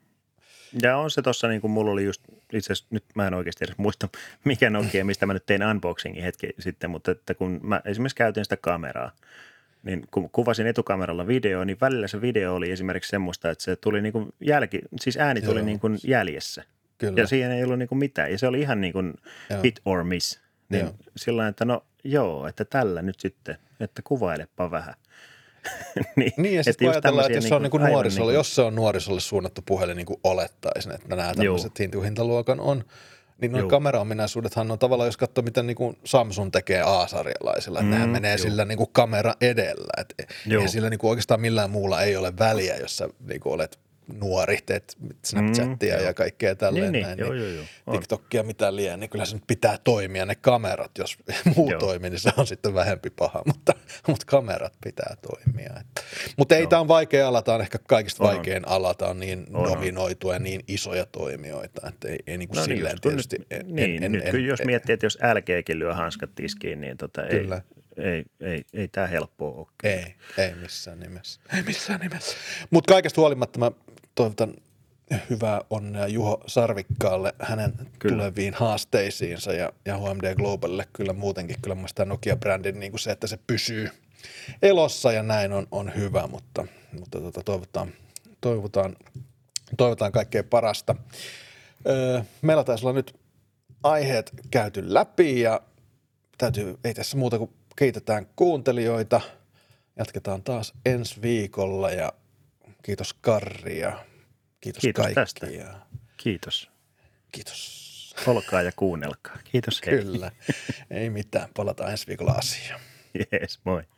ja on se tuossa, niin kuin mulla oli just, itse asiassa nyt mä en oikeasti edes muista, mikä Nokia, mistä mä nyt tein unboxingin hetki sitten, mutta että kun mä esimerkiksi käytin sitä kameraa, niin kun kuvasin etukameralla videoa, niin välillä se video oli esimerkiksi semmoista, että se tuli niin kuin jälki, siis ääni tuli niin kuin jäljessä. Kyllä. Ja siihen ei ollut niin kuin mitään. Ja se oli ihan niin kuin hit or miss. Niin sillä että no joo, että tällä nyt sitten, että kuvailepa vähän. niin, niin, ja sitten ajatellaan, että jos se on niin nuorisolle, niin jos se on nuorisolle suunnattu puhelin, niin kuin olettaisin, että nämä tämmöiset hintaluokan on, niin nuo kameraominaisuudethan on tavallaan, jos katsoo, miten niin kuin Samsung tekee A-sarjalaisilla, että mm, nehän menee juu. sillä niin kuin kamera edellä, että eihän sillä niin kuin oikeastaan millään muulla ei ole väliä, jos sä niin kuin olet nuori, teet Snapchatia mm, ja kaikkea tälleen niin, näin. Niin, niin joo, joo, joo. TikTokia mitä liian, niin kyllä se nyt pitää toimia ne kamerat. Jos muu joo. toimii, niin se on sitten vähempi paha, mutta, mutta kamerat pitää toimia. Että. Mutta ei, tämä on vaikea ala, tämä on ehkä kaikista on, vaikein on. ala, tämä on niin on, nominoitua ja niin isoja toimijoita, että ei, ei niin kuin no silleen niin, tietysti. Nyt, en, niin, en, nyt en, kyllä jos en, miettii, että jos L G:kin lyö hanskat tiskiin, niin tota ei, ei, ei, ei tämä helppoa ole. Ei, ei missään nimessä. Ei missään nimessä. Mutta kaikesta huolimatta mä toivotan hyvää onnea Juho Sarvikkaalle hänen kyllä. tuleviin haasteisiinsa ja, ja H M D Globalille kyllä muutenkin. Kyllä mun tämä Nokia-brändin niin kuin se, että se pysyy elossa ja näin on, on hyvä, mutta, mutta tota, toivotaan, toivotaan, toivotaan kaikkea parasta. Öö, meillä taisi olla nyt aiheet käyty läpi ja täytyy, ei tässä muuta kuin kiitetään kuuntelijoita. Jatketaan taas ensi viikolla ja kiitos Karri ja kiitos, kiitos kaikki. Tästä. Ja kiitos. Kiitos. Olkaa ja kuunnelkaa. Kiitos. Kyllä. Ei mitään. Palataan ensi viikolla asiaan. Jees, moi.